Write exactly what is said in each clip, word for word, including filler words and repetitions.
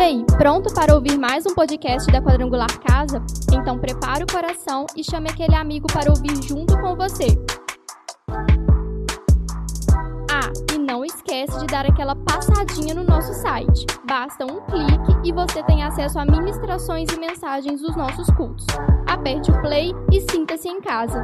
aí, pronto para ouvir mais um podcast da Quadrangular Casa? Então prepare o coração e chame aquele amigo para ouvir junto com você. Ah, e não esquece de dar aquela passadinha no nosso site. Basta um clique e você tem acesso a ministrações e mensagens dos nossos cultos. Aperte o play e sinta-se em casa.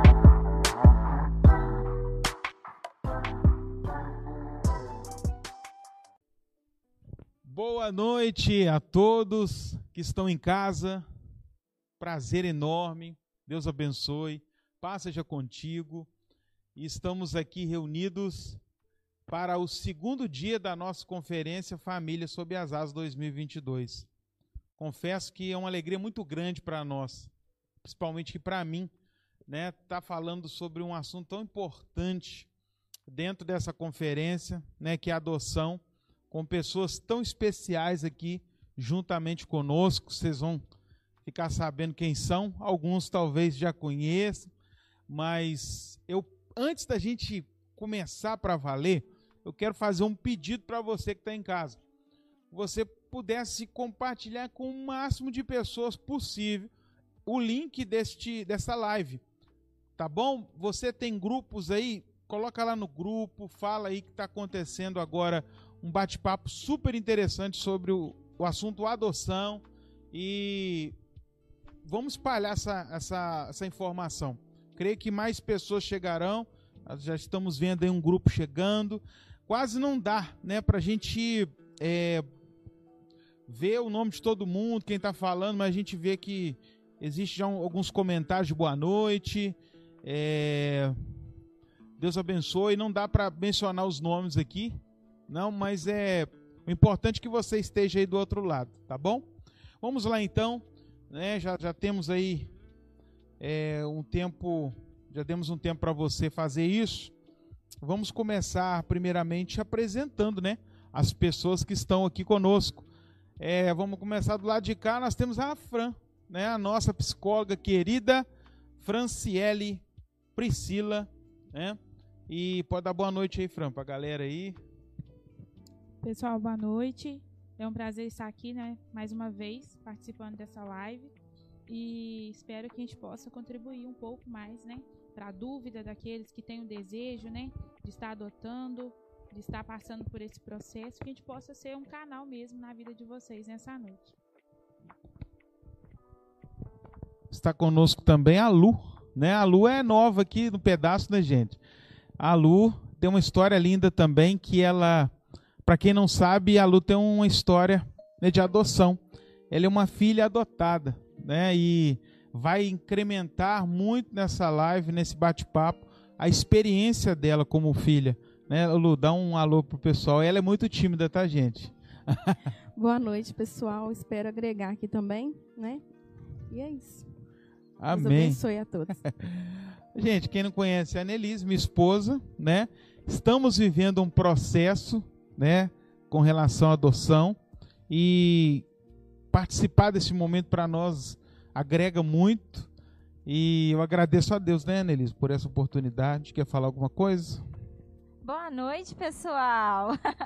Boa noite a todos que estão em casa. Prazer enorme. Deus abençoe. Paz seja contigo. E estamos aqui reunidos para o segundo dia da nossa conferência Família Sob as Asas dois mil e vinte e dois. Confesso que é uma alegria muito grande para nós, principalmente que para mim, né, tá falando sobre um assunto tão importante dentro dessa conferência, né, que é a adoção, com pessoas tão especiais aqui juntamente conosco. Vocês vão ficar sabendo quem são, alguns talvez já conheçam, mas eu, antes da gente começar para valer, eu quero fazer um pedido para você que está em casa. Você pudesse compartilhar com o máximo de pessoas possível o link deste, dessa live, tá bom? Você tem grupos aí, coloca lá no grupo, fala aí que está acontecendo agora um bate-papo super interessante sobre o, o assunto adoção, e vamos espalhar essa, essa, essa informação. Creio que mais pessoas chegarão, já estamos vendo aí um grupo chegando, quase não dá, né, para a gente é, ver o nome de todo mundo, quem está falando, mas a gente vê que existe já um, alguns comentários de boa noite, é, Deus abençoe. Não dá para mencionar os nomes aqui, não, mas é o importante é que você esteja aí do outro lado, tá bom? Vamos lá então, né? Já, já temos aí é, um tempo, já demos um tempo para você fazer isso. Vamos começar primeiramente apresentando, né, as pessoas que estão aqui conosco. É, vamos começar do lado de cá. Nós temos a Fran, né, a nossa psicóloga querida, Franciele Priscila, né? E pode dar boa noite aí, Fran, para a galera aí. Pessoal, boa noite. É um prazer estar aqui, né, mais uma vez, participando dessa live. E espero que a gente possa contribuir um pouco mais, né, para a dúvida daqueles que têm o desejo, né, de estar adotando, de estar passando por esse processo, que a gente possa ser um canal mesmo na vida de vocês nessa noite. Está conosco também a Lu, né? A Lu é nova aqui no pedaço, né, gente? A Lu tem uma história linda também, que ela, para quem não sabe, a Lu tem uma história, né, de adoção. Ela é uma filha adotada, né? E vai incrementar muito nessa live, nesse bate-papo, a experiência dela como filha, né? Lu, dá um alô pro pessoal. Ela é muito tímida, tá, gente? Boa noite, pessoal. Espero agregar aqui também, né? E é isso. Amém. Deus abençoe a todos. Gente, quem não conhece a Annelise, minha esposa, né? Estamos vivendo um processo, né, com relação à adoção, e participar desse momento para nós agrega muito, e eu agradeço a Deus, né, Annelise, por essa oportunidade. Quer falar alguma coisa? Boa noite, pessoal.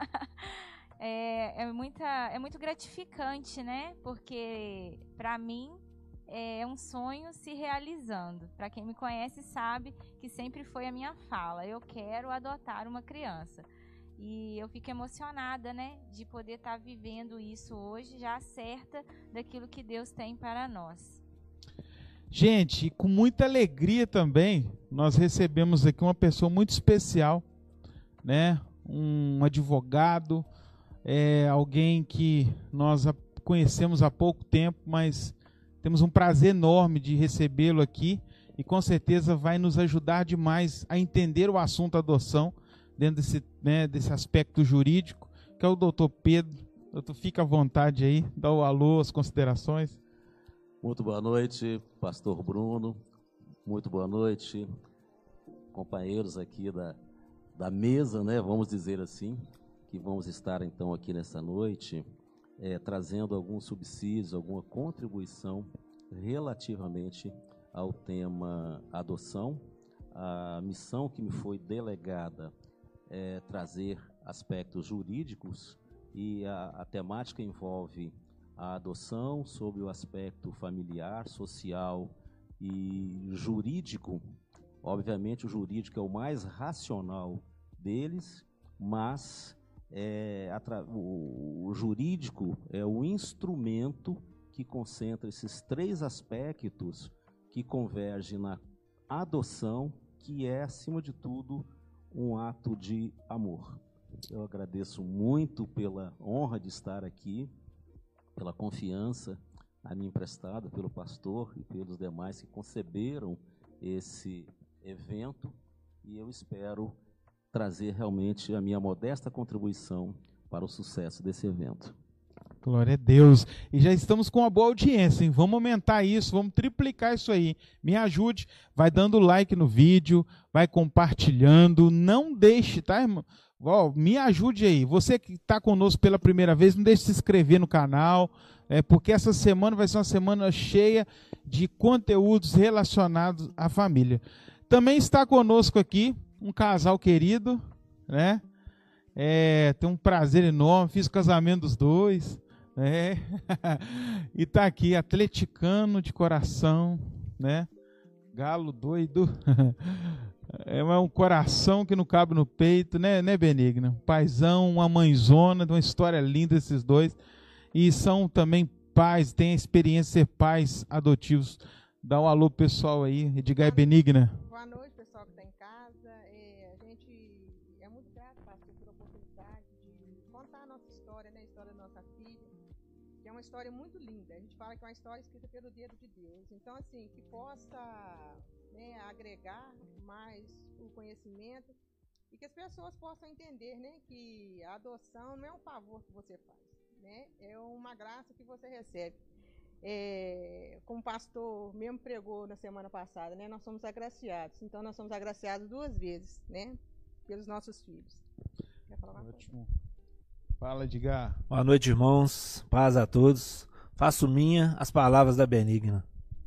é, é, muita, é muito gratificante, né? Porque, para mim, é um sonho se realizando. Para quem me conhece sabe que sempre foi a minha fala: eu quero adotar uma criança. E eu fico emocionada, né, de poder estar vivendo isso hoje, já certa daquilo que Deus tem para nós. Gente, com muita alegria também, nós recebemos aqui uma pessoa muito especial, né? Um advogado, é, alguém que nós conhecemos há pouco tempo, mas temos um prazer enorme de recebê-lo aqui, e com certeza vai nos ajudar demais a entender o assunto adoção, dentro desse, né, desse aspecto jurídico, que é o doutor Pedro. Doutor, fica à vontade aí, dá o alô, as considerações. Muito boa noite, pastor Bruno. Muito boa noite, companheiros aqui da, da mesa, né, vamos dizer assim, que vamos estar então aqui nessa noite, é, trazendo alguns subsídios, alguma contribuição relativamente ao tema adoção. A missão que me foi delegada é trazer aspectos jurídicos, e a, a temática envolve a adoção sob o aspecto familiar, social e jurídico. Obviamente o jurídico é o mais racional deles, mas é, o, o jurídico é o instrumento que concentra esses três aspectos que convergem na adoção, que é, acima de tudo, um ato de amor. Eu agradeço muito pela honra de estar aqui, pela confiança a mim emprestada pelo pastor e pelos demais que conceberam esse evento, e eu espero trazer realmente a minha modesta contribuição para o sucesso desse evento. Glória a Deus. E já estamos com uma boa audiência, hein? Vamos aumentar isso, vamos triplicar isso aí. Me ajude, vai dando like no vídeo, vai compartilhando, não deixe, tá, irmão? Oh, me ajude aí. Você que está conosco pela primeira vez, não deixe de se inscrever no canal, é, porque essa semana vai ser uma semana cheia de conteúdos relacionados à família. Também está conosco aqui um casal querido, né? É, tem um prazer enorme, fiz o casamento dos dois. É. E tá aqui, atleticano de coração, né? Galo doido. É um coração que não cabe no peito, né, né, Benigna? Um paizão, uma mãezona, uma história linda esses dois. E são também pais, têm a experiência de ser pais adotivos. Dá um alô pessoal aí, Edgar e Benigna. Boa noite, pessoal que está em casa. É, a gente é muito grato, pastor, pela oportunidade de contar a nossa história, né, a história da nossa filha, que é uma história muito linda. A gente fala que é uma história escrita pelo dedo de Deus. Então, assim, que possa, né, agregar mais o conhecimento e que as pessoas possam entender, né, que a adoção não é um favor que você faz, né, é uma graça que você recebe. É, como o pastor mesmo pregou na semana passada, né, nós somos agraciados. Então, nós somos agraciados duas vezes, né, pelos nossos filhos. Quer falar uma Ótimo. coisa? Fala, Edgar. Boa noite, irmãos. Paz a todos. Faço minha as palavras da Benigna.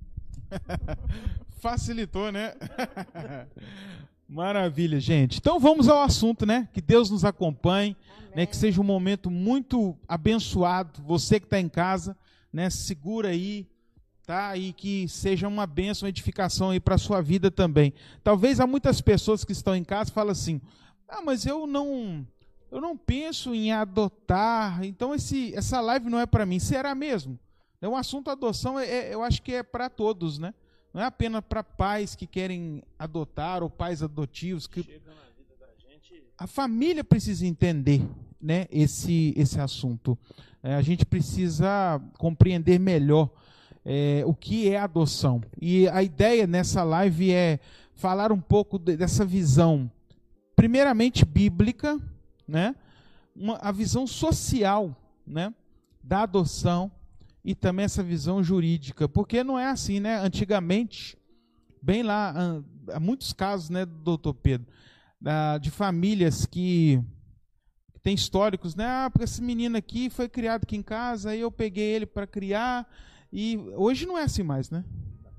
Facilitou, né? Maravilha, gente. Então vamos ao assunto, né? Que Deus nos acompanhe, né? Que seja um momento muito abençoado. Você que está em casa, né? Segura aí, tá? E que seja uma bênção, uma edificação aí para a sua vida também. Talvez há muitas pessoas que estão em casa e falam assim: ah, mas eu não, eu não penso em adotar. Então esse, essa live não é para mim. Será mesmo? É um assunto adoção. É, eu acho que é para todos, né? Não é apenas para pais que querem adotar ou pais adotivos. Que Chega na vida da gente. A família precisa entender, né, esse, esse assunto. É, a gente precisa compreender melhor é, o que é adoção. E a ideia nessa live é falar um pouco de, dessa visão, primeiramente bíblica, né, uma, a visão social, né, da adoção, e também essa visão jurídica, porque não é assim, né? Antigamente, bem lá, há muitos casos, né, doutor Pedro, de famílias que tem históricos, né? Ah, porque esse menino aqui foi criado aqui em casa, aí eu peguei ele para criar, e hoje não é assim mais, né?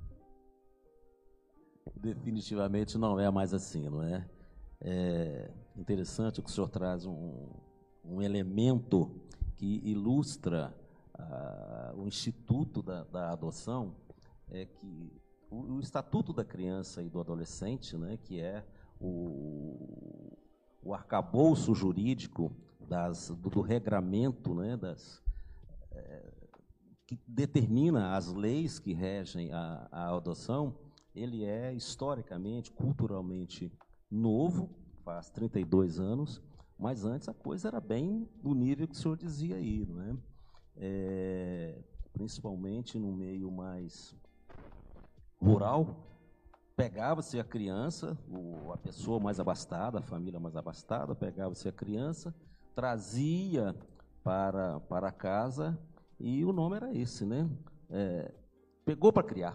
Definitivamente não é mais assim, não é? É interessante que o senhor traz um, um elemento que ilustra Uh, o Instituto da, da Adoção, é que o, o Estatuto da Criança e do Adolescente, né, que é o, o arcabouço jurídico das, do, do regramento, né, das, é, que determina as leis que regem a, a adoção, ele é historicamente, culturalmente novo, faz trinta e dois anos, mas antes a coisa era bem do nível que o senhor dizia aí, não é? É, principalmente no meio mais rural, pegava-se a criança, o, a pessoa mais abastada, a família mais abastada, pegava-se a criança, trazia para, para casa, e o nome era esse, né? É, pegou para criar.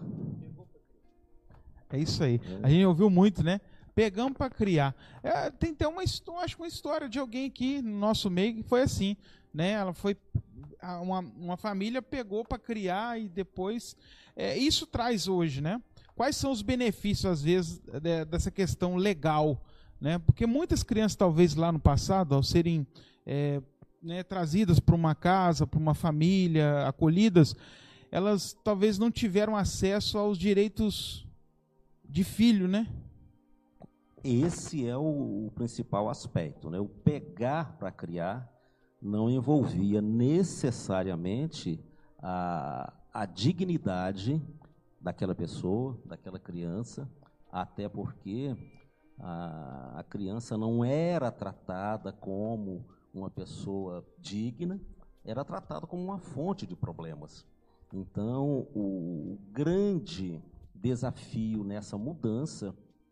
É isso aí. É. A gente ouviu muito, né? Pegamos para criar. É, tem até uma, acho uma história de alguém aqui no nosso meio que foi assim, né? Ela foi Uma, uma família pegou para criar e depois... É, isso traz hoje, né? Quais são os benefícios, às vezes, de, dessa questão legal, né? Porque muitas crianças, talvez, lá no passado, ao serem é, né, trazidas para uma casa, para uma família, acolhidas, elas talvez não tiveram acesso aos direitos de filho, né? Esse é o, o principal aspecto, né? O pegar para criar não envolvia necessariamente a, a dignidade daquela pessoa, daquela criança, até porque a, a criança não era tratada como uma pessoa digna, era tratada como uma fonte de problemas. Então, o grande desafio nessa mudança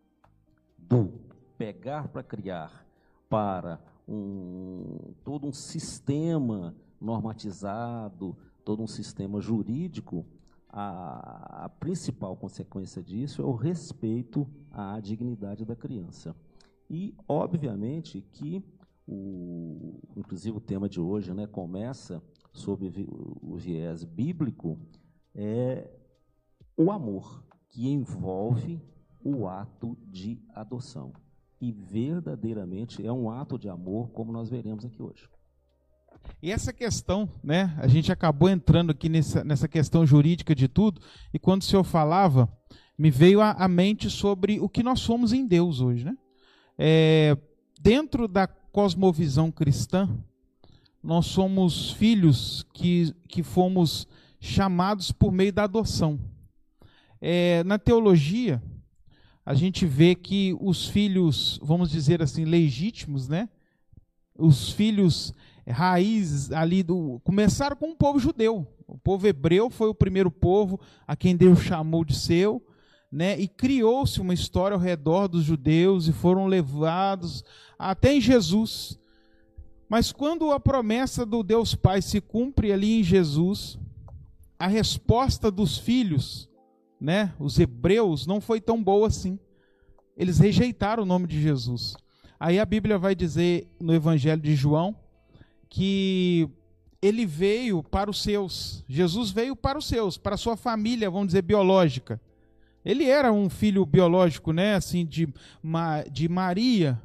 do pegar para criar para um, todo um sistema normatizado, todo um sistema jurídico, a, a principal consequência disso é o respeito à dignidade da criança. E, obviamente, que, o, inclusive o tema de hoje, né, começa sob o viés bíblico, é o amor, que envolve o ato de adoção. E verdadeiramente é um ato de amor, como nós veremos aqui hoje. E essa questão, né, a gente acabou entrando aqui nessa, nessa questão jurídica de tudo, e quando o senhor falava, me veio à, à mente sobre o que nós somos em Deus hoje, né? É, dentro da cosmovisão cristã, nós somos filhos que, que fomos chamados por meio da adoção. É, na teologia, a gente vê que os filhos, vamos dizer assim, legítimos, né? Os filhos raízes ali do... Começaram com o povo judeu. O povo hebreu foi o primeiro povo a quem Deus chamou de seu, né? E criou-se uma história ao redor dos judeus e foram levados até em Jesus. Mas quando a promessa do Deus Pai se cumpre ali em Jesus, a resposta dos filhos, né, os hebreus, não foi tão boa assim. Eles rejeitaram o nome de Jesus. Aí a Bíblia vai dizer no Evangelho de João que ele veio para os seus. Jesus veio para os seus, para a sua família, vamos dizer, biológica. Ele era um filho biológico, né, assim, de, de Maria.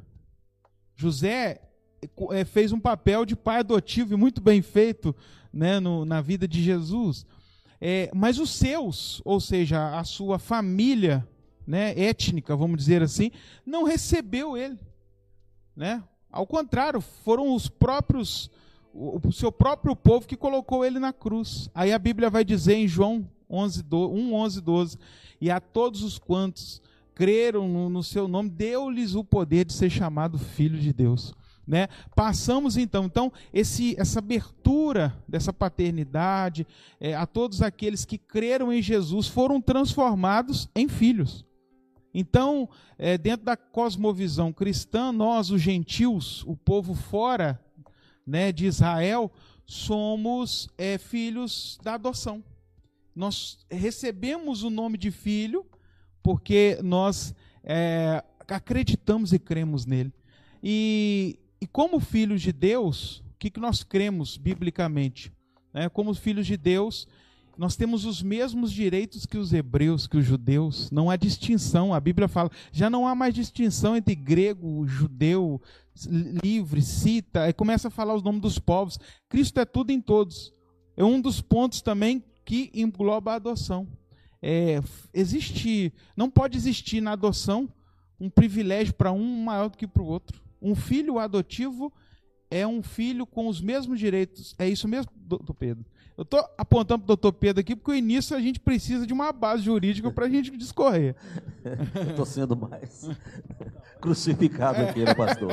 José fez um papel de pai adotivo e muito bem feito, né, no, na vida de Jesus. É, mas os seus, ou seja, a sua família, né, étnica, vamos dizer assim, não recebeu ele, né? Ao contrário, foram os próprios, o, o seu próprio povo que colocou ele na cruz. Aí a Bíblia vai dizer em João um, onze, doze, e a todos os quantos creram no, no seu nome, deu-lhes o poder de ser chamado filho de Deus. Né? Passamos então, então esse, essa abertura dessa paternidade, é, a todos aqueles que creram em Jesus foram transformados em filhos. Então, é, dentro da cosmovisão cristã, nós, os gentios, o povo fora, né, de Israel, somos é, filhos da adoção. Nós recebemos o nome de filho porque nós é, acreditamos e cremos nele. E E como filhos de Deus, o que, que nós cremos biblicamente? É, como filhos de Deus, nós temos os mesmos direitos que os hebreus, que os judeus. Não há distinção. A Bíblia fala, já não há mais distinção entre grego, judeu, livre, cita. Aí começa a falar os nomes dos povos. Cristo é tudo em todos. É um dos pontos também que engloba a adoção. É, existe, não pode existir na adoção um privilégio para um maior do que para o outro. Um filho adotivo é um filho com os mesmos direitos. É isso mesmo, doutor Pedro? Eu estou apontando para o doutor Pedro aqui, porque no início a gente precisa de uma base jurídica para a gente discorrer. Eu estou sendo mais crucificado aqui, né, pastor?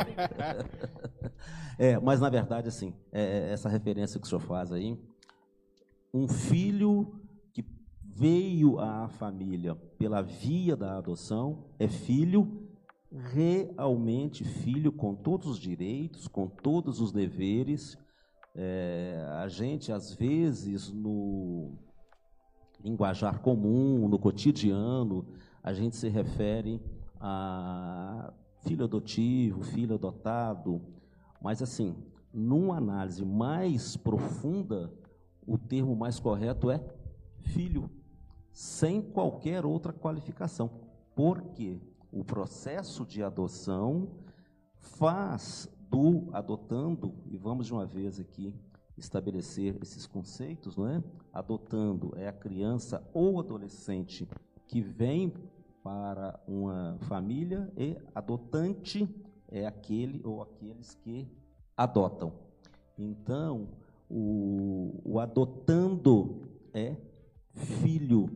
É, mas, na verdade, assim, é, essa referência que o senhor faz aí, um filho que veio à família pela via da adoção é filho realmente filho com todos os direitos, com todos os deveres. É, a gente, às vezes, no linguajar comum, no cotidiano, a gente se refere a filho adotivo, filho adotado, mas, assim, numa análise mais profunda, o termo mais correto é filho, sem qualquer outra qualificação. Por quê? O processo de adoção faz do adotando, e vamos de uma vez aqui estabelecer esses conceitos, não é? Adotando é a criança ou adolescente que vem para uma família, e adotante é aquele ou aqueles que adotam. Então, o, o adotando é filho,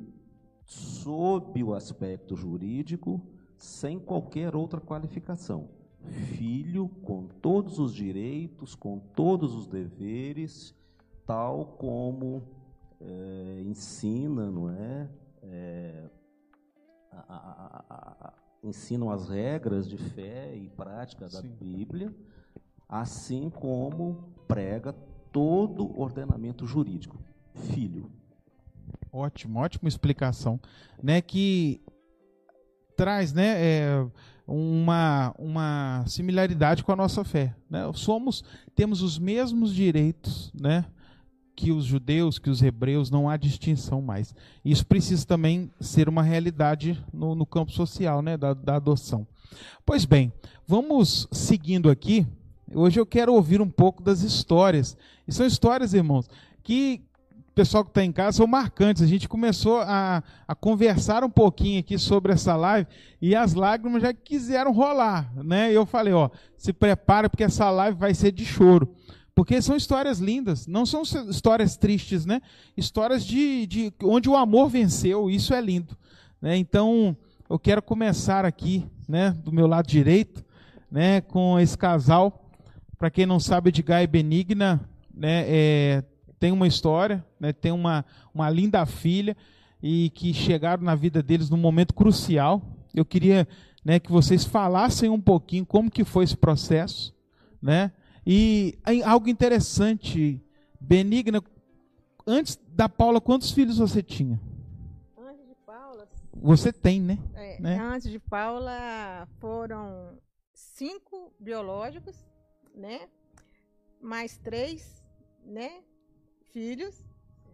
sob o aspecto jurídico, sem qualquer outra qualificação. Filho com todos os direitos, com todos os deveres, tal como é, ensina, não é? é a, a, a, a, ensinam as regras de fé e prática da Sim. Bíblia, assim como prega todo o ordenamento jurídico. Filho. Ótimo, ótima explicação, né, que traz, né, é, uma, uma similaridade com a nossa fé, né? Somos, temos os mesmos direitos, né, que os judeus, que os hebreus, não há distinção mais. Isso precisa também ser uma realidade no, no campo social, né, da, da adoção. Pois bem, vamos seguindo aqui. Hoje eu quero ouvir um pouco das histórias. E são histórias, irmãos, que o pessoal que está em casa são marcantes. A gente começou a, a conversar um pouquinho aqui sobre essa live e as lágrimas já quiseram rolar, né? E eu falei, ó, se prepara porque essa live vai ser de choro. Porque são histórias lindas, não são histórias tristes, né? Histórias de, de onde o amor venceu, isso é lindo, né? Então, eu quero começar aqui, né, do meu lado direito, né, com esse casal. Para quem não sabe, Edgar e Benigna, né, é, tem uma história, né, tem uma, uma linda filha, e que chegaram na vida deles num momento crucial. Eu queria, né, que vocês falassem um pouquinho como que foi esse processo, né? E algo interessante, Benigna, antes da Paula, quantos filhos você tinha? Antes de Paula... Você tem, né? É, né? Antes de Paula foram cinco biológicos, né? Mais três, né, filhos.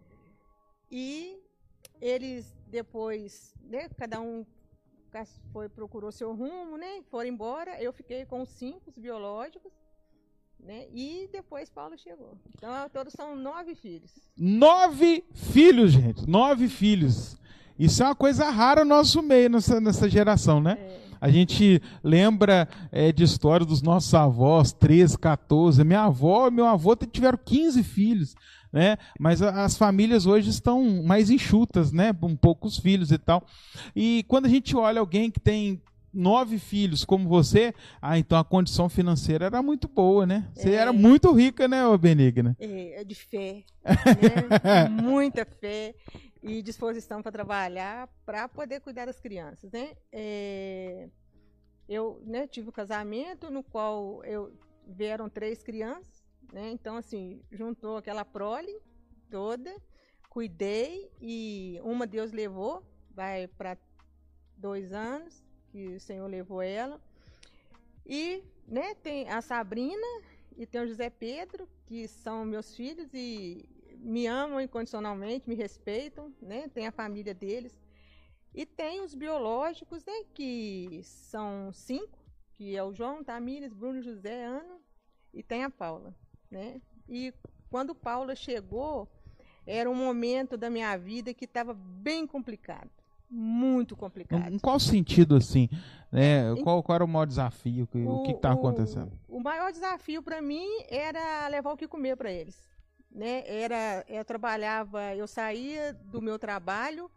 E eles depois, né, cada um foi, procurou seu rumo, né? Foram embora. Eu fiquei com os cinco biológicos. Né? E depois Paulo chegou. Então, todos são nove filhos. Nove filhos, gente. Nove filhos. Isso é uma coisa rara no nosso meio, nessa, nessa geração, né? É. A gente lembra é, de histórias dos nossos avós, treze, quatorze. Minha avó e meu avô tiveram quinze filhos, né? Mas as famílias hoje estão mais enxutas, né? Com poucos filhos e tal. E quando a gente olha alguém que tem nove filhos como você, ah, então a condição financeira era muito boa, né? Você é. era muito rica, né, Benigna? É, é de fé, né? Muita fé e disposição para trabalhar, para poder cuidar das crianças, né? É, eu, né, tive um casamento no qual eu vieram três crianças, né? Então, assim, juntou aquela prole toda, cuidei, e uma Deus levou, vai para dois anos, que o Senhor levou ela. E, né, tem a Sabrina e tem o José Pedro, que são meus filhos e me amam incondicionalmente, me respeitam, né? Tem a família deles. E tem os biológicos, né, que são cinco, que é o João, Tamires, Bruno, José, Ana, e tem a Paula, né? E quando Paula chegou, era um momento da minha vida que estava bem complicado. Muito complicado. Em qual sentido, assim? Né? Em... Qual, qual era o maior desafio? O, o que está acontecendo? O maior desafio para mim era levar o que comer para eles. Né? Era, eu trabalhava, eu saía do meu trabalho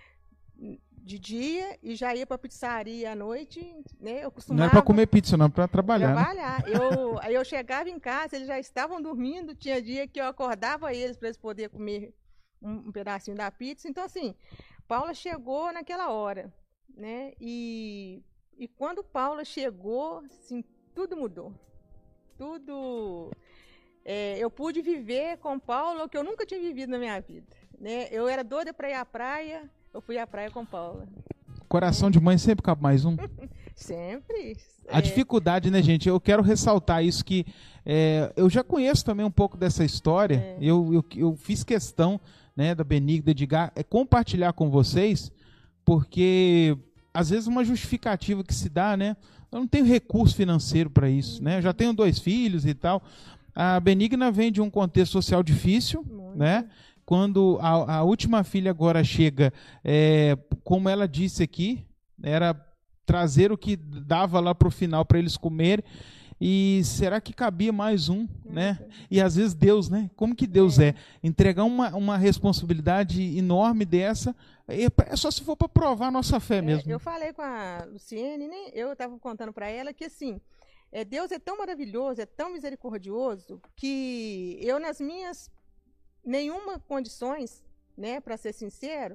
de dia e já ia para a pizzaria à noite. Né? Eu costumava... Não era para comer pizza, não, para trabalhar. Trabalhar. Né? Eu, aí eu chegava em casa, eles já estavam dormindo. Tinha dia que eu acordava eles para eles poderem comer um, um pedacinho da pizza. Então, assim, Paula chegou naquela hora, né? E, e quando Paula chegou, assim, tudo mudou. Tudo... É, eu pude viver com Paula o que eu nunca tinha vivido na minha vida, né? Eu era doida para ir à praia, eu fui à praia com Paula. Coração é. de mãe sempre cabe mais um? Sempre. A é. dificuldade, né, gente? Eu quero ressaltar isso, que é, eu já conheço também um pouco dessa história. É. Eu, eu, eu fiz questão, né, da Benigna, de Edgar, é compartilhar com vocês, porque às vezes, uma justificativa que se dá, né? Eu não tenho recurso financeiro para isso, né? Eu já tenho dois filhos e tal. A Benigna vem de um contexto social difícil, muito. Né? Quando a, a última filha agora chega, é, como ela disse aqui, era trazer o que dava lá para o final para eles comerem. E será que cabia mais um, né? E às vezes Deus, né? Como que Deus é? é? Entregar uma, uma responsabilidade enorme dessa, é só se for para provar a nossa fé é, mesmo. Eu falei com a Luciene, né? Eu estava contando para ela que assim, é, Deus é tão maravilhoso, é tão misericordioso, que eu nas minhas nenhuma condições, né? Para ser sincero,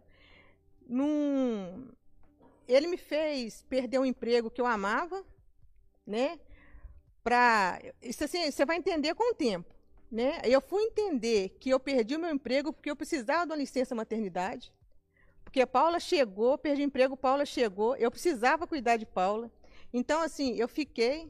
num, ele me fez perder um emprego que eu amava, né? Pra, isso assim, você vai entender com o tempo, né? Eu fui entender que eu perdi o meu emprego porque eu precisava de uma licença maternidade, porque a Paula chegou, perdi o emprego, Paula chegou, eu precisava cuidar de Paula. Então, assim, eu fiquei,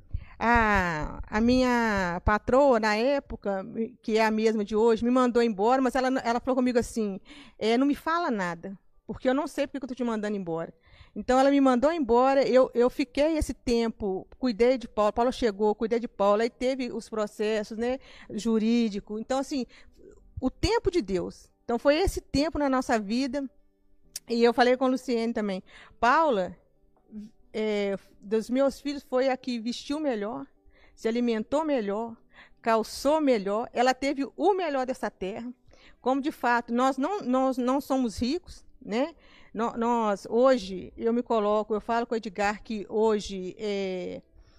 a, a minha patroa, na época, que é a mesma de hoje, me mandou embora, mas ela, ela falou comigo assim, é, não me fala nada, porque eu não sei porque eu estou te mandando embora. Então, ela me mandou embora, eu, eu fiquei esse tempo, cuidei de Paula, Paula chegou, cuidei de Paula, aí teve os processos, né, jurídicos. Então, assim, o tempo de Deus. Então, foi esse tempo na nossa vida, e eu falei com a Luciene também. Paula, é, dos meus filhos, foi a que vestiu melhor, se alimentou melhor, calçou melhor, ela teve o melhor dessa terra. Como, de fato, nós não, nós não somos ricos, né? Nós, hoje, eu me coloco, eu falo com o Edgar que hoje é,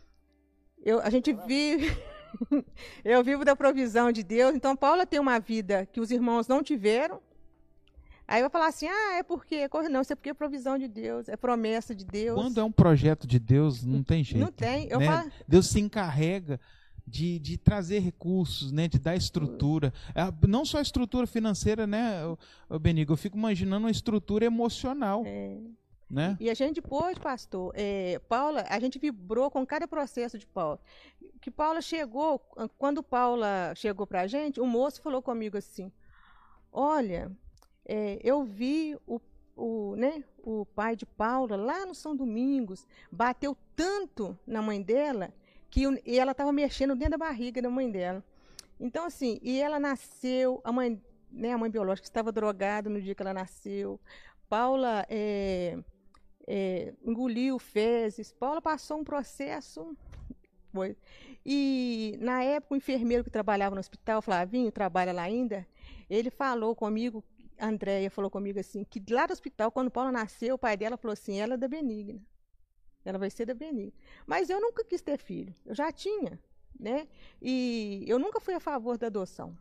eu, a gente vive, eu vivo da provisão de Deus. Então, Paula tem uma vida que os irmãos não tiveram. Aí eu vou falar assim, ah, é porque, não, isso é porque é provisão de Deus, é promessa de Deus. Quando é um projeto de Deus, não tem jeito. Não tem. Eu né? falo... Deus se encarrega De, de trazer recursos, né, de dar estrutura. Não só a estrutura financeira, né, Benigo? Eu fico imaginando uma estrutura emocional. É. Né? E a gente depois, pastor, é, Paula, a gente vibrou com cada processo de Paula. Que Paula chegou, quando Paula chegou para a gente, o moço falou comigo assim, olha, é, eu vi o, o, né, o pai de Paula lá no São Domingos, bateu tanto na mãe dela, que e ela estava mexendo dentro da barriga da mãe dela. Então, assim, e ela nasceu, a mãe, né, a mãe biológica estava drogada no dia que ela nasceu. Paula é, é, engoliu fezes. Paula passou um processo. Foi. E, na época, o enfermeiro que trabalhava no hospital, Flavinho, trabalha lá ainda, ele falou comigo, a Andréia falou comigo assim, que lá do hospital, quando Paula nasceu, o pai dela falou assim, ela é da Benigna. Ela vai ser da Benigna. Mas eu nunca quis ter filho. Eu já tinha, né? E eu nunca fui a favor da adoção.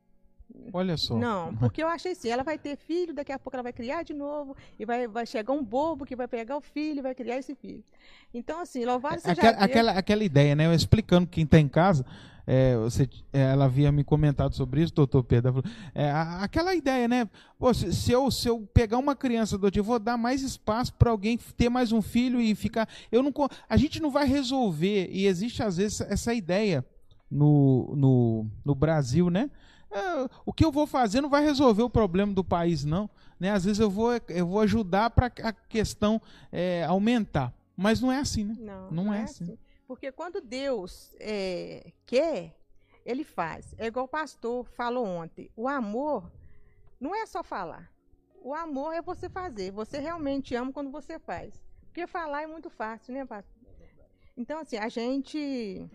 Olha só. Não, porque eu achei assim, ela vai ter filho, daqui a pouco ela vai criar de novo, e vai, vai chegar um bobo que vai pegar o filho e vai criar esse filho. Então, assim, louvado seja aquela, Deus. Aquela, aquela ideia, né? Eu explicando quem está em casa, é, você, ela havia me comentado sobre isso, doutor Pedro. É, aquela ideia, né? Pô, se, se, eu, se eu pegar uma criança adotiva, eu vou dar mais espaço para alguém ter mais um filho e ficar. Eu não, a gente não vai resolver, e existe às vezes essa ideia no, no, no Brasil, né? É, o que eu vou fazer não vai resolver o problema do país, não. Né? Às vezes eu vou, eu vou ajudar para a questão é, aumentar. Mas não é assim, né? Não, não, não é, é assim. assim. Porque quando Deus é, quer, Ele faz. É igual o pastor falou ontem. O amor não é só falar. O amor é você fazer. Você realmente ama quando você faz. Porque falar é muito fácil, né, pastor? Então, assim, a gente...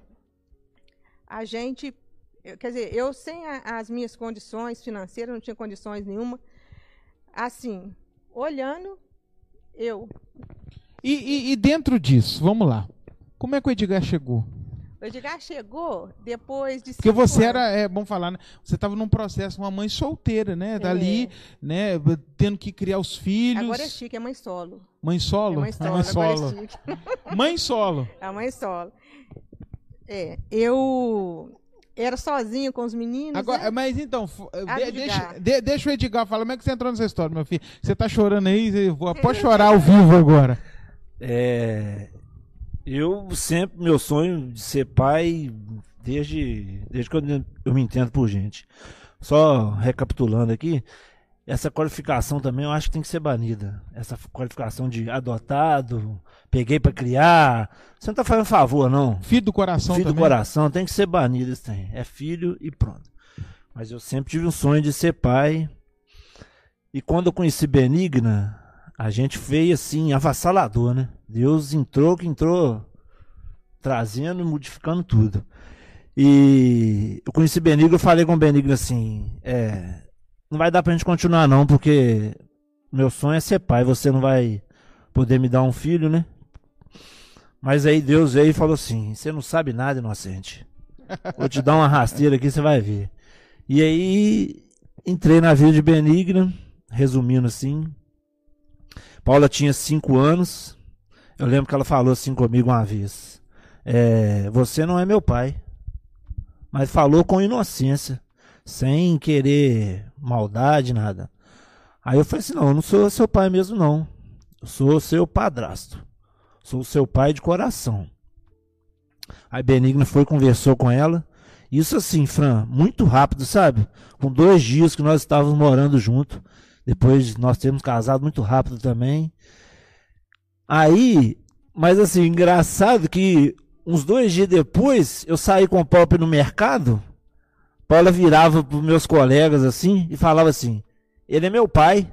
A gente... Quer dizer, eu sem a, as minhas condições financeiras, não tinha condições nenhuma. Assim, olhando, eu... E, e, e dentro disso, vamos lá. Como é que o Edgar chegou? O Edgar chegou depois de... Porque você era, é bom falar, né? Você estava num processo, uma mãe solteira, né? Dali, é. né? Tendo que criar os filhos. Agora é chique, é mãe solo. Mãe solo? É mãe solo, é mãe solo. agora é chique. Mãe solo. É a mãe solo. É, eu... Era sozinho com os meninos. Agora, né? Mas então, Ah, de, deixa, de, deixa o Edgar falar. Como é que você entrou nessa história, meu filho? Você tá chorando aí? Você, pode chorar ao vivo agora. É, eu sempre, meu sonho de ser pai, desde, desde que eu, eu me entendo por gente. Só recapitulando aqui, essa qualificação também eu acho que tem que ser banida. Essa qualificação de adotado, peguei pra criar. Você não tá fazendo favor, não. Filho do coração Filho também. do coração, tem que ser banido esse trem. É filho e pronto. Mas eu sempre tive um sonho de ser pai. E quando eu conheci Benigna, a gente veio assim, avassalador, né? Deus entrou, que entrou trazendo e modificando tudo. E eu conheci Benigna, eu falei com o Benigna assim, é... não vai dar pra gente continuar não, porque meu sonho é ser pai, você não vai poder me dar um filho, né? Mas aí Deus veio e falou assim, você não sabe nada, inocente. Vou te dar uma rasteira aqui, você vai ver. E aí entrei na vida de Benigna, resumindo assim. Paula tinha cinco anos. Eu lembro que ela falou assim comigo uma vez. É, você não é meu pai. Mas falou com inocência, sem querer maldade, nada. Aí eu falei assim, não, eu não sou seu pai mesmo não. Eu sou seu padrasto. Sou seu pai de coração. Aí Benigna foi, conversou com ela. Isso assim, Fran, muito rápido, sabe? Com dois dias que nós estávamos morando junto. Depois nós temos casado muito rápido também. Aí, mas assim, engraçado que uns dois dias depois, eu saí com o Paula no mercado. Paula virava para os meus colegas assim e falava assim, ele é meu pai.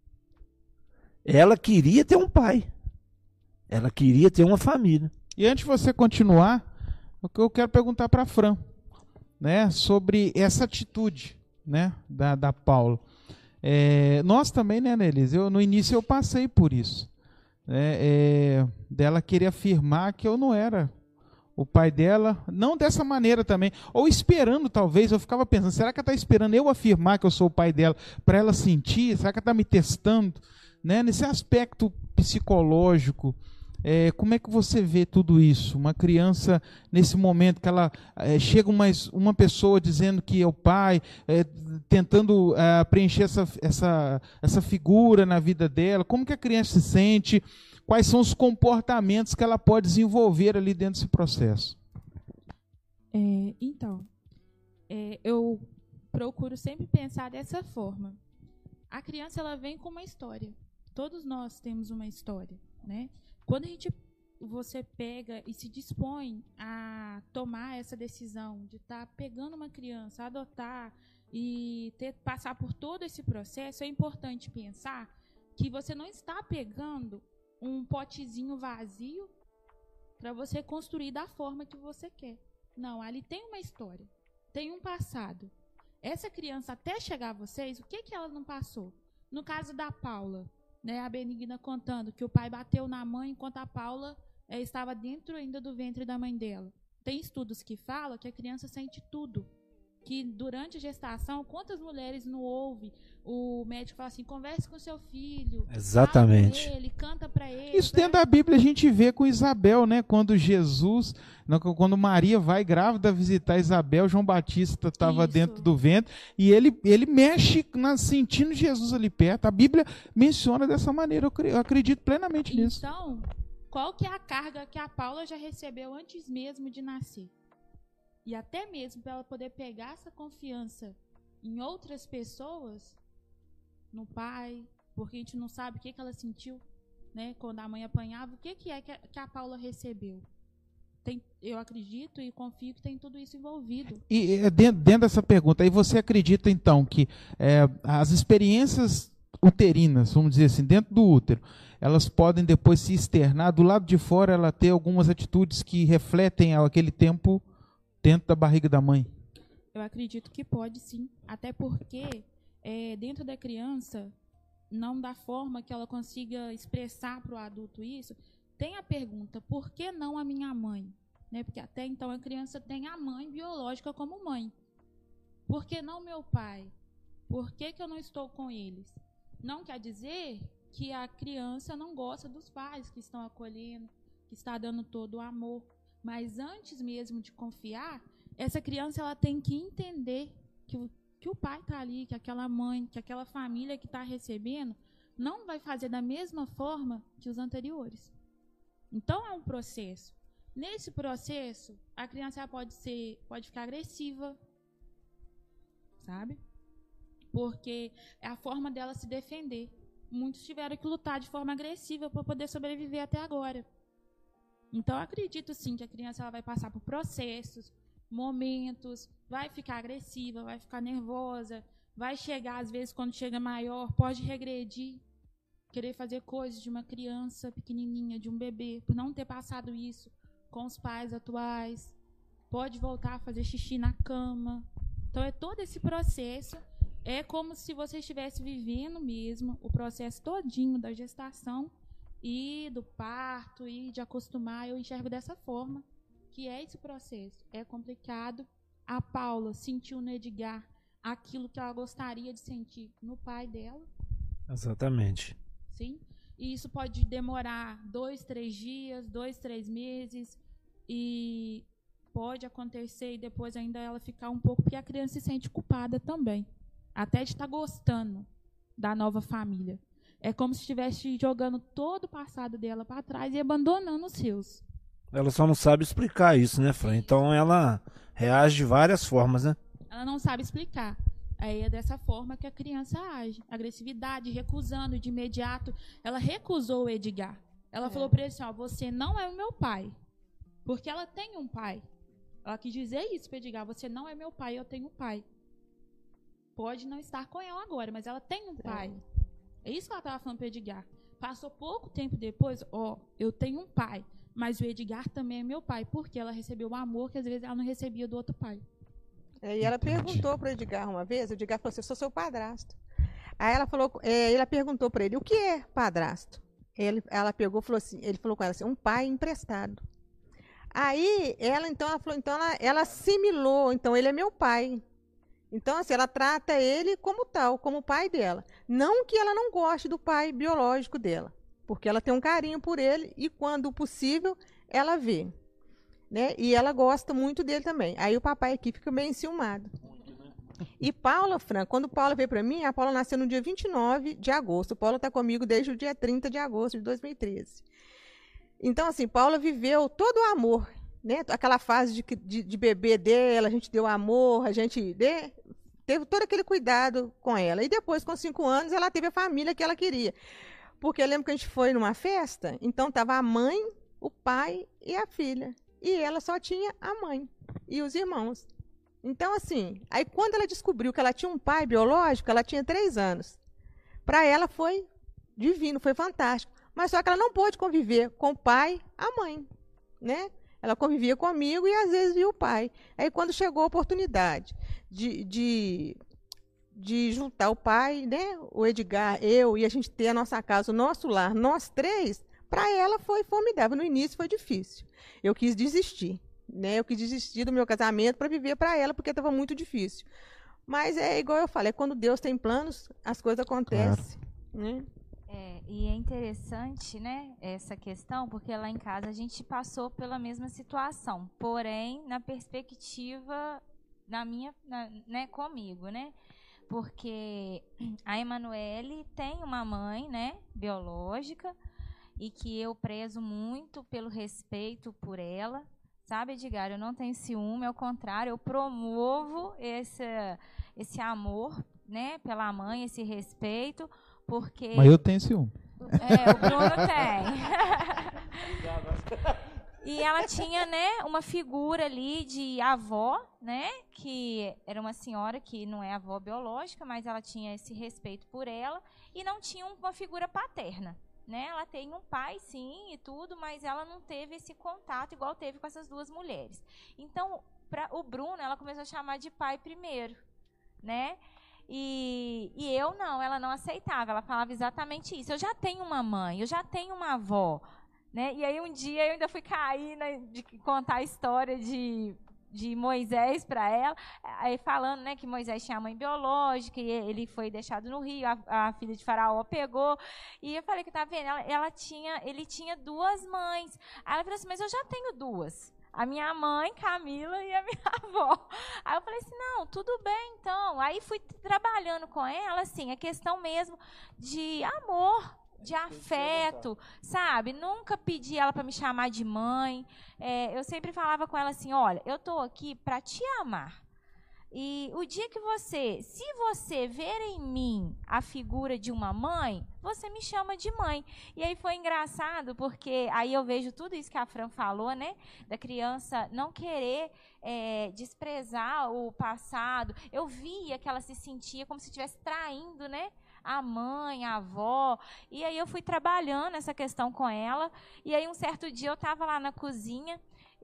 Ela queria ter um pai. Ela queria ter uma família. E antes de você continuar, o que eu quero perguntar para a Fran, né, sobre essa atitude, né, da, da Paula. É, nós também, né, Nelise? Eu, no início eu passei por isso. Né, é, dela querer afirmar que eu não era o pai dela, não dessa maneira também, ou esperando talvez, eu ficava pensando, será que ela está esperando eu afirmar que eu sou o pai dela, para ela sentir, será que ela está me testando? Né? Nesse aspecto psicológico, é, como é que você vê tudo isso? Uma criança, nesse momento que ela é, chega uma, uma pessoa dizendo que é o pai, é, tentando é, preencher essa, essa, essa figura na vida dela, como que a criança se sente? Quais são os comportamentos que ela pode desenvolver ali dentro desse processo? É, então, é, eu procuro sempre pensar dessa forma. A criança ela vem com uma história. Todos nós temos uma história, né? Quando a gente, você pega e se dispõe a tomar essa decisão de estar tá pegando uma criança, adotar e ter, passar por todo esse processo, é importante pensar que você não está pegando um potezinho vazio para você construir da forma que você quer. Não, ali tem uma história, tem um passado. Essa criança, até chegar a vocês, o que, que ela não passou? No caso da Paula, né, a Benigna contando que o pai bateu na mãe enquanto a Paula é, estava dentro ainda do ventre da mãe dela. Tem estudos que falam que a criança sente tudo. Que durante a gestação, quantas mulheres não ouvem o médico falar assim, converse com seu filho, exatamente, fala com ele, canta para ele. Isso dentro da Bíblia a gente vê com Isabel, né? Quando Jesus, quando Maria vai grávida visitar Isabel, João Batista estava dentro do ventre e ele, ele mexe na, sentindo Jesus ali perto. A Bíblia menciona dessa maneira, eu, eu acredito plenamente nisso. Então, qual que é a carga que a Paula já recebeu antes mesmo de nascer? E até mesmo para ela poder pegar essa confiança em outras pessoas, no pai, porque a gente não sabe o que, que ela sentiu, né, quando a mãe apanhava, o que, que é que a, que a Paula recebeu. Tem, eu acredito e confio que tem tudo isso envolvido. E dentro, dentro dessa pergunta, aí você acredita então que é, as experiências uterinas, vamos dizer assim, dentro do útero, elas podem depois se externar, do lado de fora ela ter algumas atitudes que refletem aquele tempo dentro da barriga da mãe? Eu acredito que pode sim, até porque é, dentro da criança, não da forma que ela consiga expressar para o adulto isso, tem a pergunta, por que não a minha mãe? Né? Porque até então a criança tem a mãe biológica como mãe. Por que não meu pai? Por que, que eu não estou com eles? Não quer dizer que a criança não gosta dos pais que estão acolhendo, que está dando todo o amor. Mas antes mesmo de confiar, essa criança ela tem que entender que o, que o pai está ali, que aquela mãe, que aquela família que está recebendo, não vai fazer da mesma forma que os anteriores. Então, é um processo. Nesse processo, a criança ela pode, ser, pode ficar agressiva, sabe? porque é a forma dela se defender. Muitos tiveram que lutar de forma agressiva para poder sobreviver até agora. Então, eu acredito, sim, que a criança ela vai passar por processos, momentos, vai ficar agressiva, vai ficar nervosa, vai chegar, às vezes, quando chega maior, pode regredir, querer fazer coisas de uma criança pequenininha, de um bebê, por não ter passado isso com os pais atuais. Pode voltar a fazer xixi na cama. Então, é todo esse processo. É como se você estivesse vivendo mesmo o processo todinho da gestação e do parto e de acostumar. Eu enxergo dessa forma, que é esse processo. É complicado. A Paula sentiu no Edgar aquilo que ela gostaria de sentir no pai dela. Exatamente. Sim. E isso pode demorar dois, três dias, dois, três meses. E pode acontecer e depois ainda ela ficar um pouco, porque a criança se sente culpada também. Até de estar gostando da nova família. É como se estivesse jogando todo o passado dela para trás e abandonando os seus. Ela só não sabe explicar isso, né, Fran? Então ela reage de várias formas, né? Ela não sabe explicar. Aí é dessa forma que a criança age. Agressividade, recusando de imediato. Ela recusou o Edgar. Ela é. falou para ele assim, ó, você não é o meu pai. Porque ela tem um pai. Ela quis dizer isso para o Edgar, você não é meu pai, eu tenho um pai. Pode não estar com ela agora, mas ela tem um pai. É, é isso que ela estava falando para o Edgar. Passou pouco tempo depois, ó, eu tenho um pai, mas o Edgar também é meu pai, porque ela recebeu o amor que às vezes ela não recebia do outro pai. É, e ela perguntou para o Edgar uma vez, o Edgar falou assim, eu sou seu padrasto. Aí ela falou, é, ela perguntou para ele, o que é padrasto? Ele, ela pegou e falou assim, ele falou com ela assim, um pai emprestado. Aí ela então ela falou, então ela, ela assimilou, então ele é meu pai. Então, assim, ela trata ele como tal, como o pai dela. Não que ela não goste do pai biológico dela, porque ela tem um carinho por ele e, quando possível, ela vê. Né? E ela gosta muito dele também. Aí o papai aqui fica bem enciumado. E Paula, Fran, quando Paula veio para mim, a Paula nasceu no dia vinte e nove de agosto. Paula está comigo desde o dia trinta de agosto de dois mil e treze. Então, assim, Paula viveu todo o amor, né? Aquela fase de, de, de bebê dela, a gente deu amor, a gente né? teve todo aquele cuidado com ela. E depois, com cinco anos, ela teve a família que ela queria. Porque eu lembro que a gente foi numa festa, então estava a mãe, o pai e a filha. E ela só tinha a mãe e os irmãos. Então, assim, aí quando ela descobriu que ela tinha um pai biológico, ela tinha três anos. Para ela foi divino, foi fantástico. Mas só que ela não pôde conviver com o pai, a mãe, né? Ela convivia comigo e às vezes via o pai. Aí quando chegou a oportunidade de, de, de juntar o pai, né? O Edgar, eu, e a gente ter a nossa casa, o nosso lar, nós três, para ela foi formidável. No início foi difícil. Eu quis desistir, né? Eu quis desistir do meu casamento para viver para ela, porque estava muito difícil. Mas é igual eu falei, é quando Deus tem planos, as coisas acontecem. Claro. Né? É, e é interessante, né, essa questão, porque lá em casa a gente passou pela mesma situação, porém, na perspectiva na minha, na, né, comigo, né, porque a Emanuele tem uma mãe, né, biológica, e que eu prezo muito pelo respeito por ela, sabe, Edgar, eu não tenho ciúme, ao contrário, eu promovo esse, esse amor, né, pela mãe, esse respeito, porque... Mas eu tenho ciúme. É, o Bruno tem. E ela tinha, né, uma figura ali de avó, né, que era uma senhora que não é avó biológica, mas ela tinha esse respeito por ela, e não tinha uma figura paterna, né? Ela tem um pai, sim, e tudo, mas ela não teve esse contato igual teve com essas duas mulheres. Então, para o Bruno, ela começou a chamar de pai primeiro, né? E, e eu não, ela não aceitava, ela falava exatamente isso. Eu já tenho uma mãe, eu já tenho uma avó, né? E aí um dia eu ainda fui cair né, de contar a história de, de Moisés para ela, aí falando né, que Moisés tinha a mãe biológica e ele foi deixado no rio, a, a filha de Faraó pegou. E eu falei que tá vendo, ela, ela tinha, ele tinha duas mães. Aí ela falou assim, mas eu já tenho duas. A minha mãe, Camila, e a minha avó. Aí eu falei assim, não, tudo bem, então. Aí fui trabalhando com ela, assim, a questão mesmo de amor, de afeto, sabe? Nunca pedi ela para me chamar de mãe. É, eu sempre falava com ela assim, olha, eu estou aqui para te amar. E o dia que você, se você ver em mim a figura de uma mãe, você me chama de mãe. E aí foi engraçado, porque aí eu vejo tudo isso que a Fran falou, né? Da criança não querer é, desprezar o passado. Eu via que ela se sentia como se estivesse traindo, né? A mãe, a avó. E aí eu fui trabalhando essa questão com ela. E aí um certo dia eu estava lá na cozinha,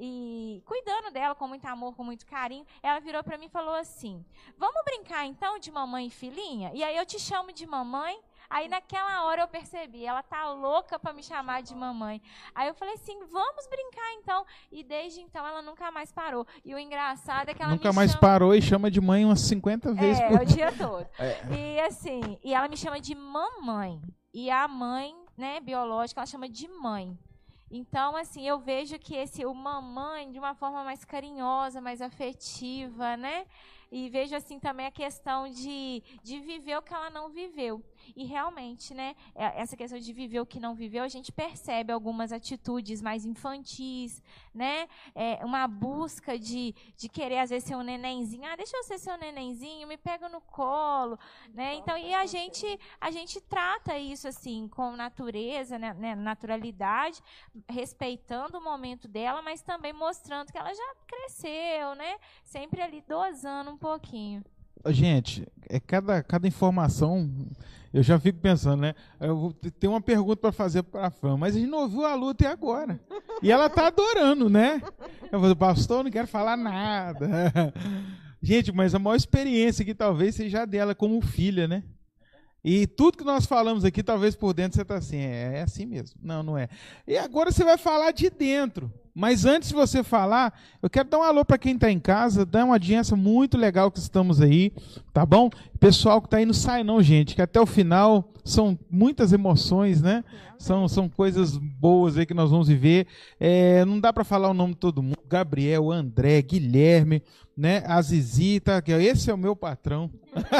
e cuidando dela com muito amor, com muito carinho, ela virou para mim e falou assim: vamos brincar então de mamãe e filhinha? E aí eu te chamo de mamãe. Aí naquela hora eu percebi, ela tá louca para me chamar de mamãe. Aí eu falei assim, vamos brincar então. E desde então ela nunca mais parou. E o engraçado é que ela Nunca me mais chama... parou e chama de mãe umas cinquenta vezes é, por o dia todo. É. E assim, e ela me chama de mamãe. E a mãe, né, biológica, ela chama de mãe. Então, assim, eu vejo que esse o mamãe, de uma forma mais carinhosa, mais afetiva, né? E vejo, assim, também a questão de, de viver o que ela não viveu. E, realmente, né, essa questão de viver o que não viveu, a gente percebe algumas atitudes mais infantis, né? É, uma busca de, de querer, às vezes, ser um nenenzinho. Ah, deixa eu ser seu nenenzinho, me pega no colo, né? Então, e a gente, a gente trata isso, assim, com natureza, né, né, naturalidade, respeitando o momento dela, mas também mostrando que ela já cresceu, né? Sempre ali dosando um pouquinho. Gente, é cada, cada informação, eu já fico pensando, né? Eu vou ter uma pergunta para fazer para a Fran, mas a gente não ouviu a Lu até agora. E ela tá adorando, né? Eu falei, pastor, não quero falar nada. Gente, mas a maior experiência aqui talvez seja a dela como filha, né? E tudo que nós falamos aqui, talvez por dentro você está assim, é, é assim mesmo. Não, não é. E agora você vai falar de dentro. Mas antes de você falar, eu quero dar um alô para quem está em casa, dar uma audiência muito legal que estamos aí, tá bom? Pessoal que está aí, não sai não, gente, que até o final são muitas emoções, né? São, são coisas boas aí que nós vamos viver. É, não dá para falar o nome de todo mundo. Gabriel, André, Guilherme, né? A Zizita, que esse é o meu patrão.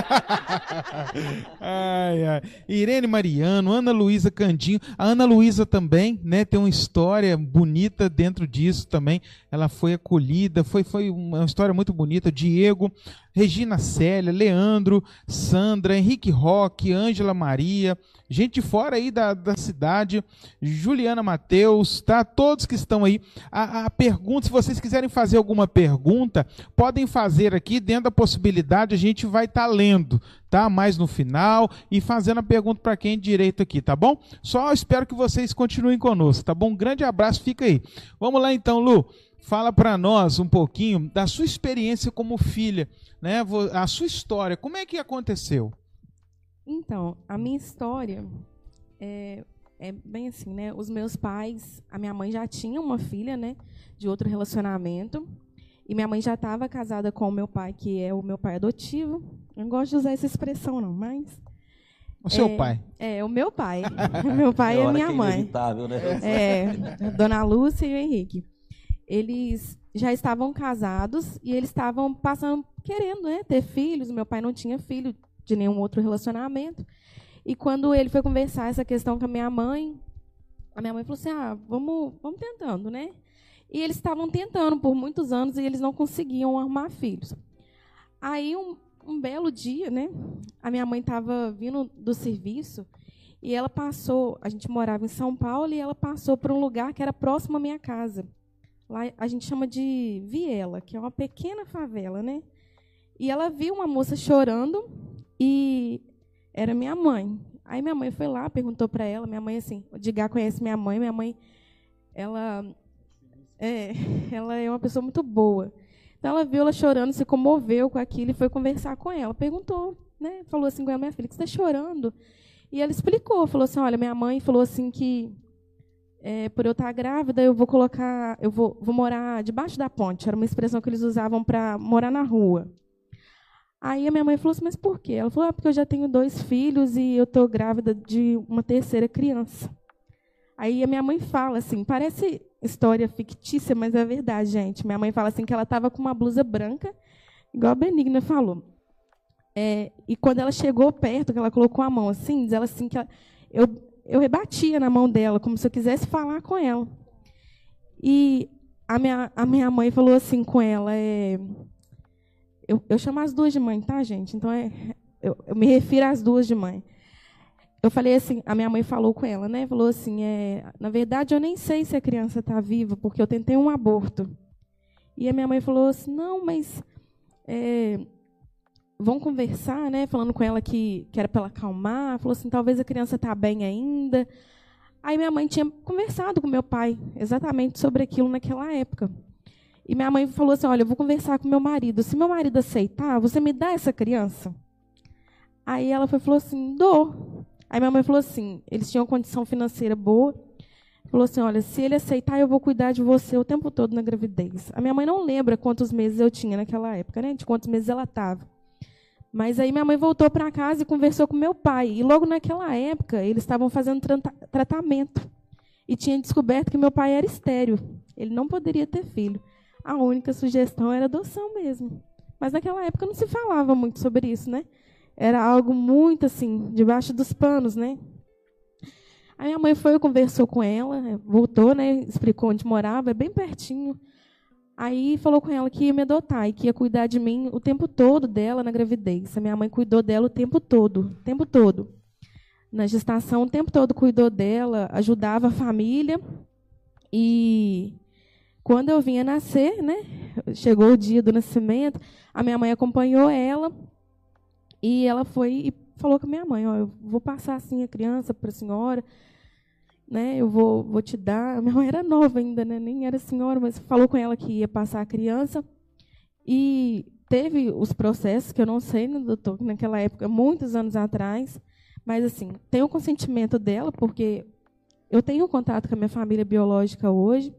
ai, ai. Irene Mariano, Ana Luísa Candinho. A Ana Luísa também, né? Tem uma história bonita dentro disso também. Ela foi acolhida, foi, foi uma história muito bonita. Diego, Regina Célia, Leandro, Sandra, Henrique Roque, Ângela Maria, gente fora aí da, da cidade, Juliana Mateus, tá? Todos que estão aí. A, a pergunta, se vocês quiserem fazer alguma pergunta, podem fazer aqui, dentro da possibilidade, a gente vai estar tá lendo, tá? Mais no final e fazendo a pergunta para quem é direito aqui, tá bom? Só espero que vocês continuem conosco, tá bom? Um grande abraço, fica aí. Vamos lá então, Lu. Fala para nós um pouquinho da sua experiência como filha, né? A sua história, como é que aconteceu? Então, a minha história é, é bem assim, né? Os meus pais, a minha mãe já tinha uma filha, né? De outro relacionamento. E minha mãe já estava casada com o meu pai, que é o meu pai adotivo. Eu não gosto de usar essa expressão, não, mas... O seu é, pai? É, o meu pai. Meu pai é, é minha que é mãe. inevitável, né? É, a Dona Lúcia e o Henrique. Eles já estavam casados e eles estavam passando, querendo, né, ter filhos. Meu pai não tinha filho de nenhum outro relacionamento. E quando ele foi conversar essa questão com a minha mãe, a minha mãe falou assim, ah, vamos, vamos tentando, né? E eles estavam tentando por muitos anos e eles não conseguiam arrumar filhos. Aí, um, um belo dia, né, a minha mãe estava vindo do serviço e ela passou, a gente morava em São Paulo, e ela passou por um lugar que era próximo à minha casa. Lá a gente chama de Viela, que é uma pequena favela, né? E ela viu uma moça chorando e era minha mãe. Aí minha mãe foi lá, perguntou para ela, minha mãe assim, o Digá conhece minha mãe, minha mãe, ela é, ela é uma pessoa muito boa. Então ela viu ela chorando, se comoveu com aquilo e foi conversar com ela. Perguntou, né? Falou assim com ela, minha filha, que você está chorando? E ela explicou, falou assim, olha, minha mãe falou assim que É, por eu estar grávida, eu vou colocar, eu vou, vou morar debaixo da ponte. Era uma expressão que eles usavam para morar na rua. Aí a minha mãe falou assim, mas por quê? Ela falou, ah, porque eu já tenho dois filhos e eu estou grávida de uma terceira criança. Aí a minha mãe fala assim, parece história fictícia, mas é verdade, gente. Minha mãe fala assim que ela estava com uma blusa branca, igual a Benigna falou. É, e quando ela chegou perto, que ela colocou a mão assim, diz ela assim que ela, eu Eu rebatia na mão dela, como se eu quisesse falar com ela. E a minha, a minha mãe falou assim com ela, é, eu, eu chamo as duas de mãe, tá, gente? Então, é, eu, eu me refiro às duas de mãe. Eu falei assim, a minha mãe falou com ela, né? Falou assim, é, na verdade, eu nem sei se a criança está viva, porque eu tentei um aborto. E a minha mãe falou assim, não, mas é, vão conversar, né? Falando com ela que, que era para ela acalmar. Falou assim, talvez a criança está bem ainda. Aí minha mãe tinha conversado com meu pai exatamente sobre aquilo naquela época. E minha mãe falou assim, olha, eu vou conversar com meu marido. Se meu marido aceitar, você me dá essa criança? Aí ela foi, falou assim, dou. Aí minha mãe falou assim, eles tinham condição financeira boa. Falou assim, olha, se ele aceitar, eu vou cuidar de você o tempo todo na gravidez. A minha mãe não lembra quantos meses eu tinha naquela época, né? De quantos meses ela estava. Mas aí minha mãe voltou para casa e conversou com meu pai. E logo naquela época, eles estavam fazendo tra tratamento. E tinha descoberto que meu pai era estéril. Ele não poderia ter filho. A única sugestão era adoção mesmo. Mas naquela época não se falava muito sobre isso, né? Era algo muito assim, debaixo dos panos, né? A minha mãe foi, conversou com ela, voltou, né? Explicou onde morava, é bem pertinho. Aí falou com ela que ia me adotar e que ia cuidar de mim o tempo todo dela na gravidez. A minha mãe cuidou dela o tempo todo, o tempo todo. Na gestação, o tempo todo cuidou dela, ajudava a família. E quando eu vinha nascer, né? Chegou o dia do nascimento, a minha mãe acompanhou ela e ela foi e falou com a minha mãe, ó, eu vou passar assim a criança para a senhora, né? Eu vou, vou te dar. A minha mãe era nova ainda, né? Nem era senhora, mas falou com ela que ia passar a criança. E teve os processos, que eu não sei, né, doutor, naquela época, muitos anos atrás, mas assim, tem o consentimento dela, porque eu tenho contato com a minha família biológica hoje.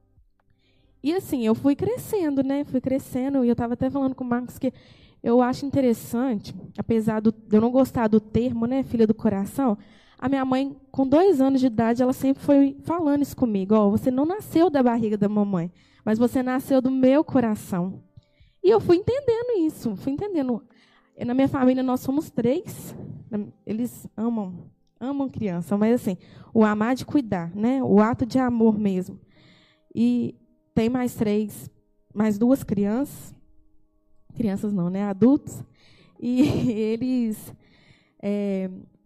E assim, eu fui crescendo, né? Fui crescendo, e eu estava até falando com o Marcos que eu acho interessante, apesar de eu não gostar do termo, né, filha do coração, a minha mãe, com dois anos de idade, ela sempre foi falando isso comigo. Ó, você não nasceu da barriga da mamãe, mas você nasceu do meu coração. E eu fui entendendo isso, fui entendendo. Na minha família, nós somos três. Eles amam, amam criança, mas assim, o amar de cuidar, né, o ato de amor mesmo. E tem mais três, mais duas crianças. Crianças não, né? Adultos. E eles, é,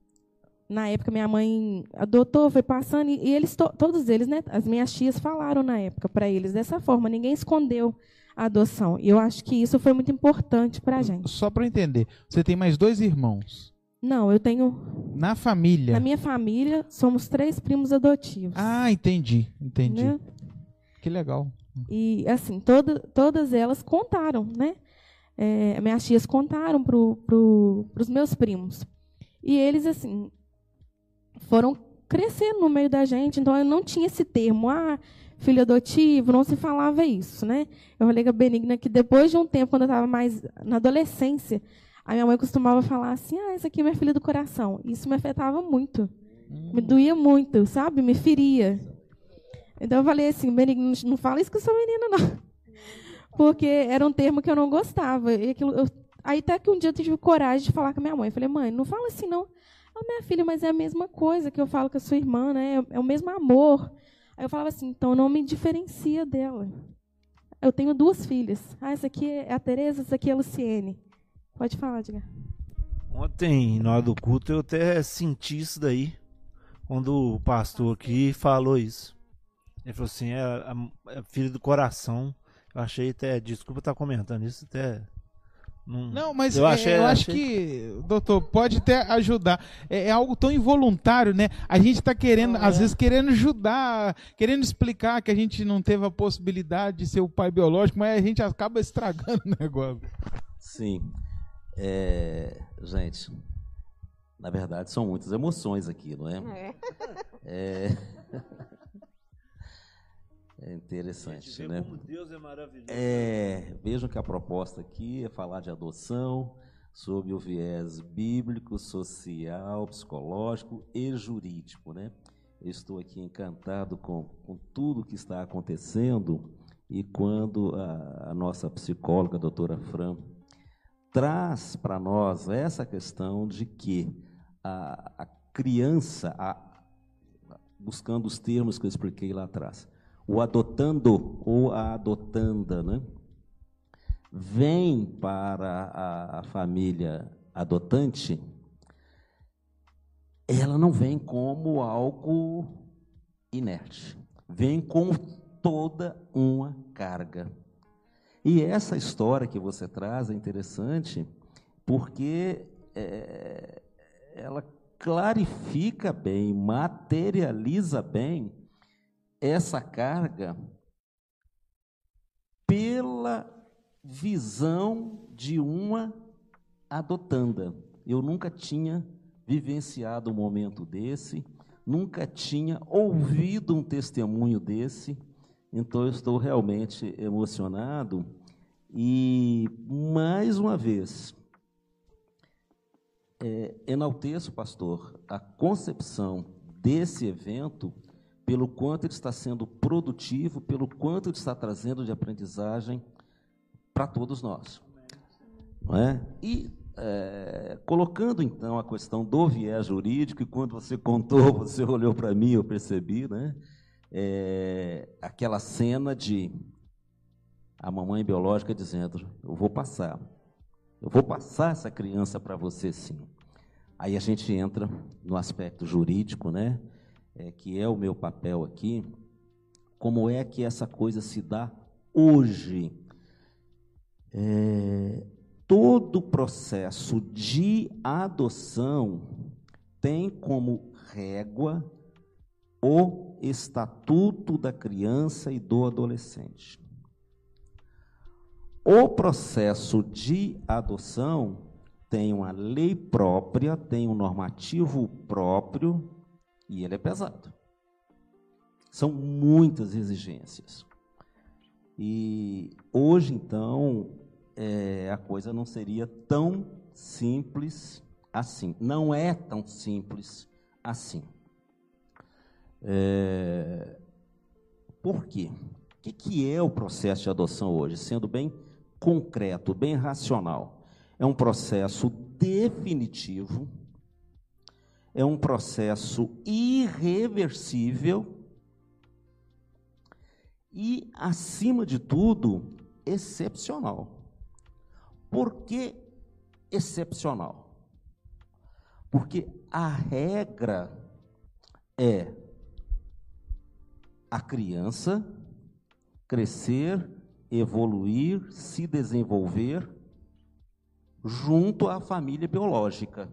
na época, minha mãe adotou, foi passando, e, e eles, to, todos eles, né? As minhas tias falaram na época para eles dessa forma, ninguém escondeu a adoção. E eu acho que isso foi muito importante para a gente. Só para entender, você tem mais dois irmãos? Não, eu tenho... Na família? Na minha família, somos três primos adotivos. Ah, entendi, entendi. Né? Que legal. E, assim, toda, todas elas contaram, né? É, minhas tias contaram para pro, os meus primos. E eles, assim, foram crescendo no meio da gente. Então, eu não tinha esse termo, ah, filho adotivo, não se falava isso, né? Eu falei com a Benigna que depois de um tempo, quando eu estava mais na adolescência, a minha mãe costumava falar assim, ah, essa aqui é minha filha do coração. Isso me afetava muito. Hum. Me doía muito, sabe? Me feria. Então, eu falei assim, Benigna, não fala isso que eu sou menina, não. Porque era um termo que eu não gostava. E aquilo, eu, aí até que um dia eu tive coragem de falar com a minha mãe. Eu falei, mãe, não fala assim, não. Ela, minha filha, mas é a mesma coisa que eu falo com a sua irmã, né? É, é o mesmo amor. Aí eu falava assim, então não me diferencia dela. Eu tenho duas filhas. Ah, essa aqui é a Tereza, essa aqui é a Luciene. Pode falar, Edgar. Ontem, na hora do culto, eu até senti isso daí. Quando o pastor aqui falou isso. Ele falou assim, é a, a filha do coração. Eu achei até, desculpa estar comentando isso, até... Não, não mas eu, é, achei, eu acho achei... que, doutor, pode até ajudar. É, é algo tão involuntário, né? A gente está querendo, ah, às é. vezes, querendo ajudar, querendo explicar que a gente não teve a possibilidade de ser o pai biológico, mas a gente acaba estragando o negócio. Sim. É, gente, na verdade, são muitas emoções aqui, não é? É... é... É interessante, gente, né? Como Deus é maravilhoso. É, vejam que a proposta aqui é falar de adoção sob o viés bíblico, social, psicológico e jurídico, né? Eu estou aqui encantado com, com tudo que está acontecendo e quando a, a nossa psicóloga, a doutora Fran, traz para nós essa questão de que a, a criança, a, buscando os termos que eu expliquei lá atrás, o adotando ou a adotanda, né? vem para a, a família adotante, ela não vem como algo inerte, vem com toda uma carga. E essa história que você traz é interessante, porque é, ela clarifica bem, materializa bem essa carga pela visão de uma adotanda. Eu nunca tinha vivenciado um momento desse, nunca tinha ouvido um testemunho desse, então eu estou realmente emocionado. E, mais uma vez, é, enalteço, pastor, a concepção desse evento, pelo quanto ele está sendo produtivo, pelo quanto ele está trazendo de aprendizagem para todos nós. Não é? E, é, colocando, então, a questão do viés jurídico, e quando você contou, você olhou para mim, eu percebi, né? É, aquela cena de a mamãe biológica dizendo, eu vou passar, eu vou passar essa criança para você, sim. Aí a gente entra no aspecto jurídico, né? É, que é o meu papel aqui, como é que essa coisa se dá hoje. É, todo processo de adoção tem como régua o Estatuto da Criança e do Adolescente. O processo de adoção tem uma lei própria, tem um normativo próprio, e ele é pesado. São muitas exigências. E hoje, então, é, a coisa não seria tão simples assim. Não é tão simples assim. É, por quê? O que, que é o processo de adoção hoje? Sendo bem concreto, bem racional. É um processo definitivo, é um processo irreversível e, acima de tudo, excepcional. Por que excepcional? Porque a regra é a criança crescer, evoluir, se desenvolver junto à família biológica.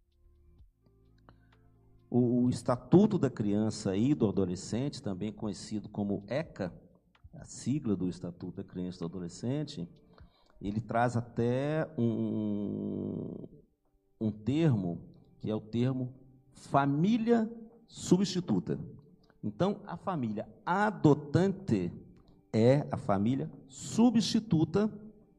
O Estatuto da Criança e do Adolescente, também conhecido como ECA, a sigla do Estatuto da Criança e do Adolescente, ele traz até um, um termo, que é o termo família substituta. Então, a família adotante é a família substituta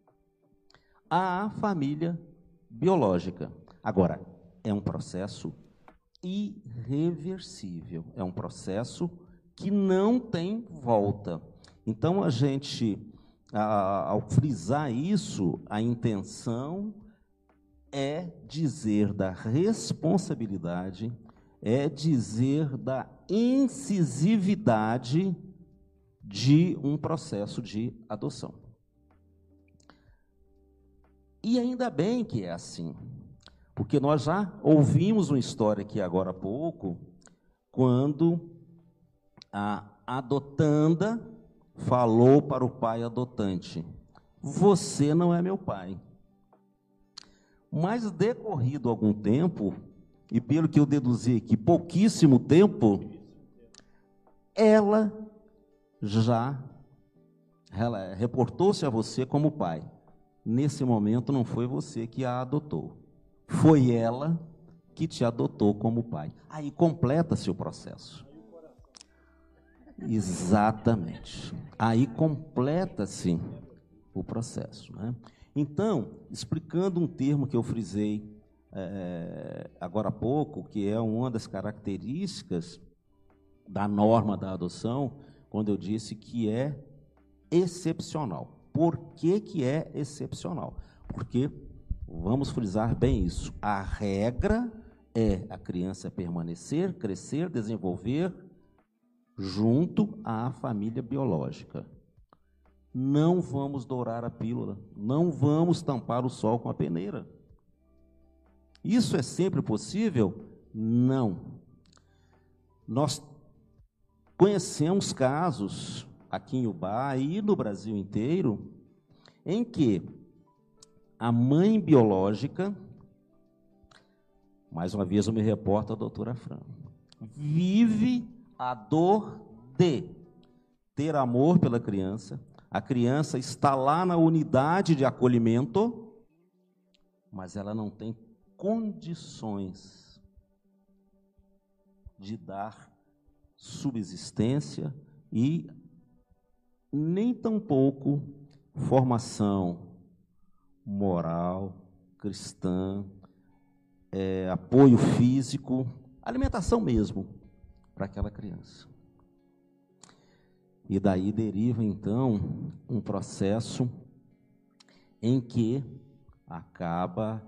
à família biológica. Agora, é um processo irreversível, é um processo que não tem volta. Então, a gente, ao frisar isso, a intenção é dizer da responsabilidade, é dizer da incisividade de um processo de adoção. E ainda bem que é assim, porque nós já ouvimos uma história aqui agora há pouco, quando a adotanda falou para o pai adotante, você não é meu pai. Mas decorrido algum tempo, e pelo que eu deduzi aqui, pouquíssimo tempo, ela já ela reportou-se a você como pai. Nesse momento não foi você que a adotou, foi ela que te adotou como pai. Aí completa-se o processo. Exatamente. Aí completa-se o processo, né? Então, explicando um termo que eu frisei é, agora há pouco, que é uma das características da norma da adoção, quando eu disse que é excepcional. Por que que é excepcional? Porque, vamos frisar bem isso, a regra é a criança permanecer, crescer, desenvolver junto à família biológica. Não vamos dourar a pílula, não vamos tampar o sol com a peneira. Isso é sempre possível? Não. Nós conhecemos casos aqui em Ubá e no Brasil inteiro em que a mãe biológica, mais uma vez eu me reporto à doutora Fran, vive a dor de ter amor pela criança. A criança está lá na unidade de acolhimento, mas ela não tem condições de dar subsistência e nem tampouco formação moral, cristã, é, apoio físico, alimentação mesmo para aquela criança. E daí deriva, então, um processo em que acaba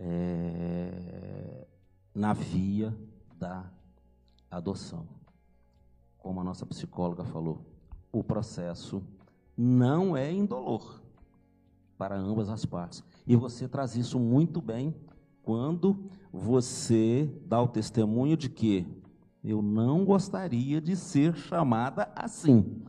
é, na via da adoção. Como a nossa psicóloga falou, o processo não é indolor para ambas as partes. E você traz isso muito bem quando você dá o testemunho de que eu não gostaria de ser chamada assim.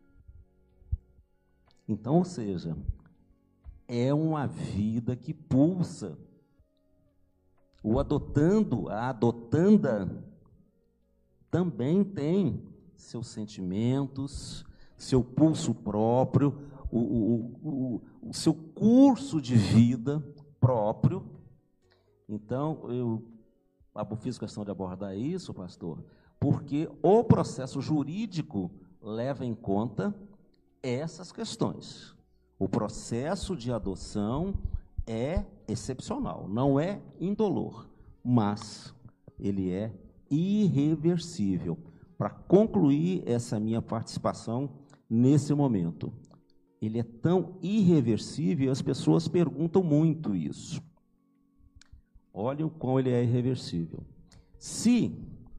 Então, ou seja, é uma vida que pulsa. O adotando, a adotanda, também tem seus sentimentos, seu pulso próprio, o, o, o, o seu curso de vida próprio. Então, eu fiz questão de abordar isso, pastor, porque o processo jurídico leva em conta essas questões. O processo de adoção é excepcional, não é indolor, mas ele é irreversível. Para concluir essa minha participação nesse momento, ele é tão irreversível, as pessoas perguntam muito isso. Olhem como ele é irreversível. Se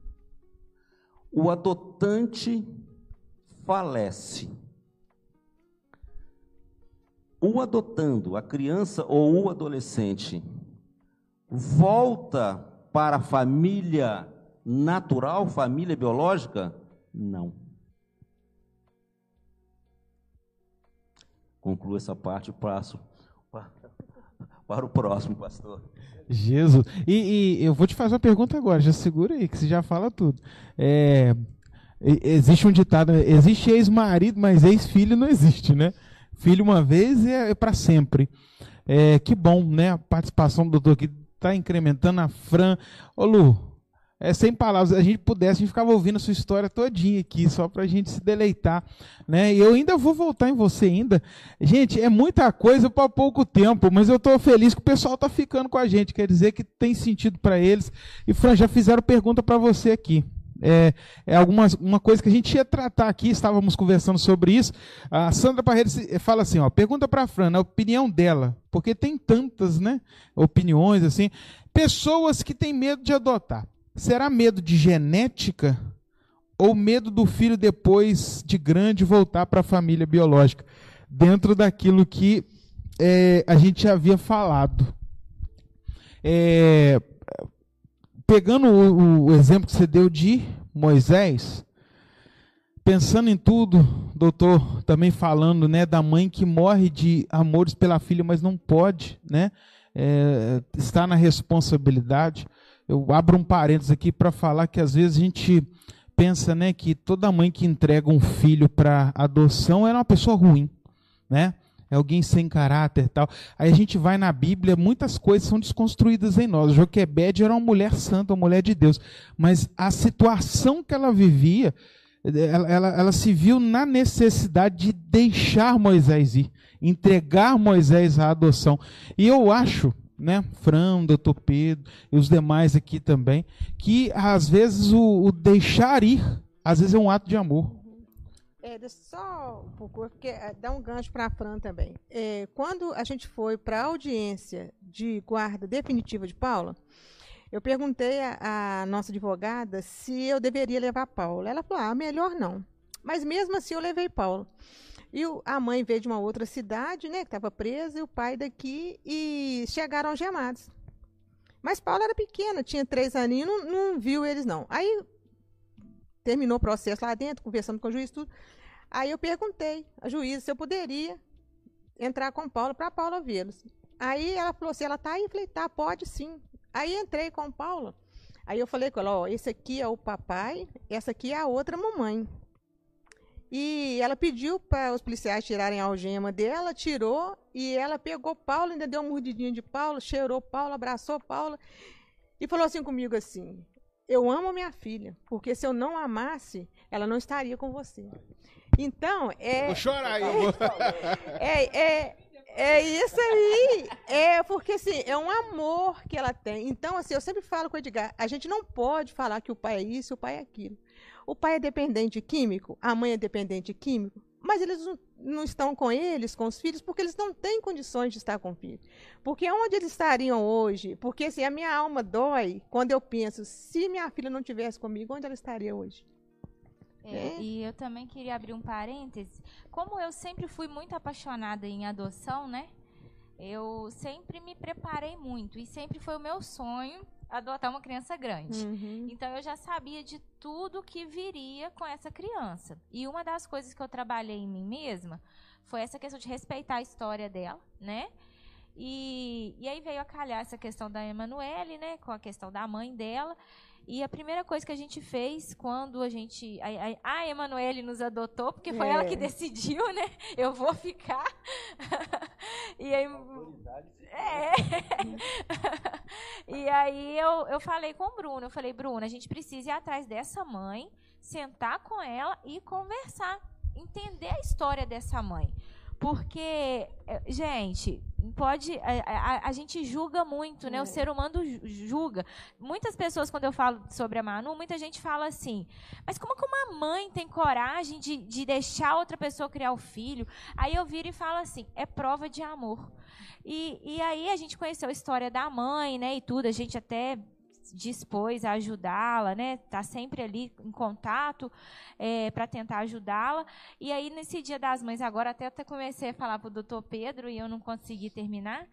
o adotante falece, o adotando, a criança ou o adolescente, volta para a família natural, família biológica? Não. Concluo essa parte e passo para o próximo, pastor. Jesus. E, e eu vou te fazer uma pergunta agora, já segura aí, que você já fala tudo. É, existe um ditado, existe ex-marido, mas ex-filho não existe, né? Filho uma vez e é para sempre. É, que bom, né? A participação do doutor que está incrementando, a Fran. Ô Lu, é, sem palavras, se a gente pudesse, a gente ficava ouvindo a sua história todinha aqui, só para a gente se deleitar, né? E eu ainda vou voltar em você ainda. Gente, é muita coisa para pouco tempo, mas eu estou feliz que o pessoal está ficando com a gente, quer dizer que tem sentido para eles. E Fran, já fizeram pergunta para você aqui. É, é algumas, uma coisa que a gente ia tratar aqui, estávamos conversando sobre isso. A Sandra Parreira fala assim, ó, pergunta para a Fran, a opinião dela, porque tem tantas, né, opiniões assim. Pessoas que têm medo de adotar. Será medo de genética ou medo do filho depois de grande voltar para a família biológica? Dentro daquilo que é, a gente já havia falado. É, pegando o, o exemplo que você deu de Moisés, pensando em tudo, doutor, também falando, né, da mãe que morre de amores pela filha, mas não pode, né, é, está na responsabilidade. Eu abro um parênteses aqui para falar que às vezes a gente pensa, né, que toda mãe que entrega um filho para adoção é uma pessoa ruim, né? É alguém sem caráter e tal. Aí a gente vai na Bíblia, muitas coisas são desconstruídas em nós. Joquebede era uma mulher santa, uma mulher de Deus, mas a situação que ela vivia, ela, ela, ela se viu na necessidade de deixar Moisés ir, entregar Moisés à adoção. E eu acho, né, Fran, doutor Pedro e os demais aqui também, que às vezes o, o deixar ir, às vezes é um ato de amor. É, deixa só um pouco, porque dá um gancho para a Fran também. É, quando a gente foi para a audiência de guarda definitiva de Paula, eu perguntei à nossa advogada se eu deveria levar Paula. Ela falou, ah, melhor não. Mas mesmo assim eu levei Paula. E o, a mãe veio de uma outra cidade, né, que estava presa, e o pai daqui, e chegaram algemados. Mas Paulo era pequena, tinha três aninhos, não, não viu eles, não. Aí, terminou o processo lá dentro, conversando com o juiz, tudo. Aí eu perguntei à juíza se eu poderia entrar com Paulo para Paula vê-los. Aí ela falou assim, ela tá aí? Eu falei, tá, pode sim. Aí entrei com Paula. Aí eu falei com ela, ó, esse aqui é o papai, essa aqui é a outra mamãe. E ela pediu para os policiais tirarem a algema dela, tirou, e ela pegou Paulo, ainda deu uma mordidinha de Paulo, cheirou Paulo, abraçou Paulo, e falou assim comigo assim, eu amo minha filha, porque se eu não amasse, ela não estaria com você. Então, é... Vou chorar aí. É, é, é isso aí. É porque, assim, é um amor que ela tem. Então, assim, eu sempre falo com o Edgar, a gente não pode falar que o pai é isso, o pai é aquilo. O pai é dependente químico, a mãe é dependente químico, mas eles não, não estão com eles, com os filhos, porque eles não têm condições de estar com o filho. Porque onde eles estariam hoje? Porque, assim, a minha alma dói quando eu penso, se minha filha não estivesse comigo, onde ela estaria hoje? É, é. E eu também queria abrir um parêntese. Como eu sempre fui muito apaixonada em adoção, né? Eu sempre me preparei muito e sempre foi o meu sonho adotar uma criança grande. Uhum. Então eu já sabia de tudo que viria com essa criança. E uma das coisas que eu trabalhei em mim mesma foi essa questão de respeitar a história dela, né? E, e aí veio a calhar essa questão da Emanuele, né? Com a questão da mãe dela. E a primeira coisa que a gente fez quando a gente... A, a, a Emanuele nos adotou, porque foi é. ela que decidiu, né? Eu vou ficar. E aí... É. E aí eu, eu falei com o Bruno. Eu falei, Bruno, a gente precisa ir atrás dessa mãe, sentar com ela e conversar. Entender a história dessa mãe. Porque, gente, pode a, a, a gente julga muito, né? É. O ser humano julga. Muitas pessoas, quando eu falo sobre a Manu, muita gente fala assim, mas como que uma mãe tem coragem de, de deixar outra pessoa criar o filho? Aí eu viro e falo assim, é prova de amor. E, e aí a gente conheceu a história da mãe, né? E tudo, a gente até dispôs a ajudá-la, né? Tá sempre ali em contato é, para tentar ajudá-la. E aí, nesse Dia das Mães, agora até, até comecei a falar para o doutor Pedro e eu não consegui terminar.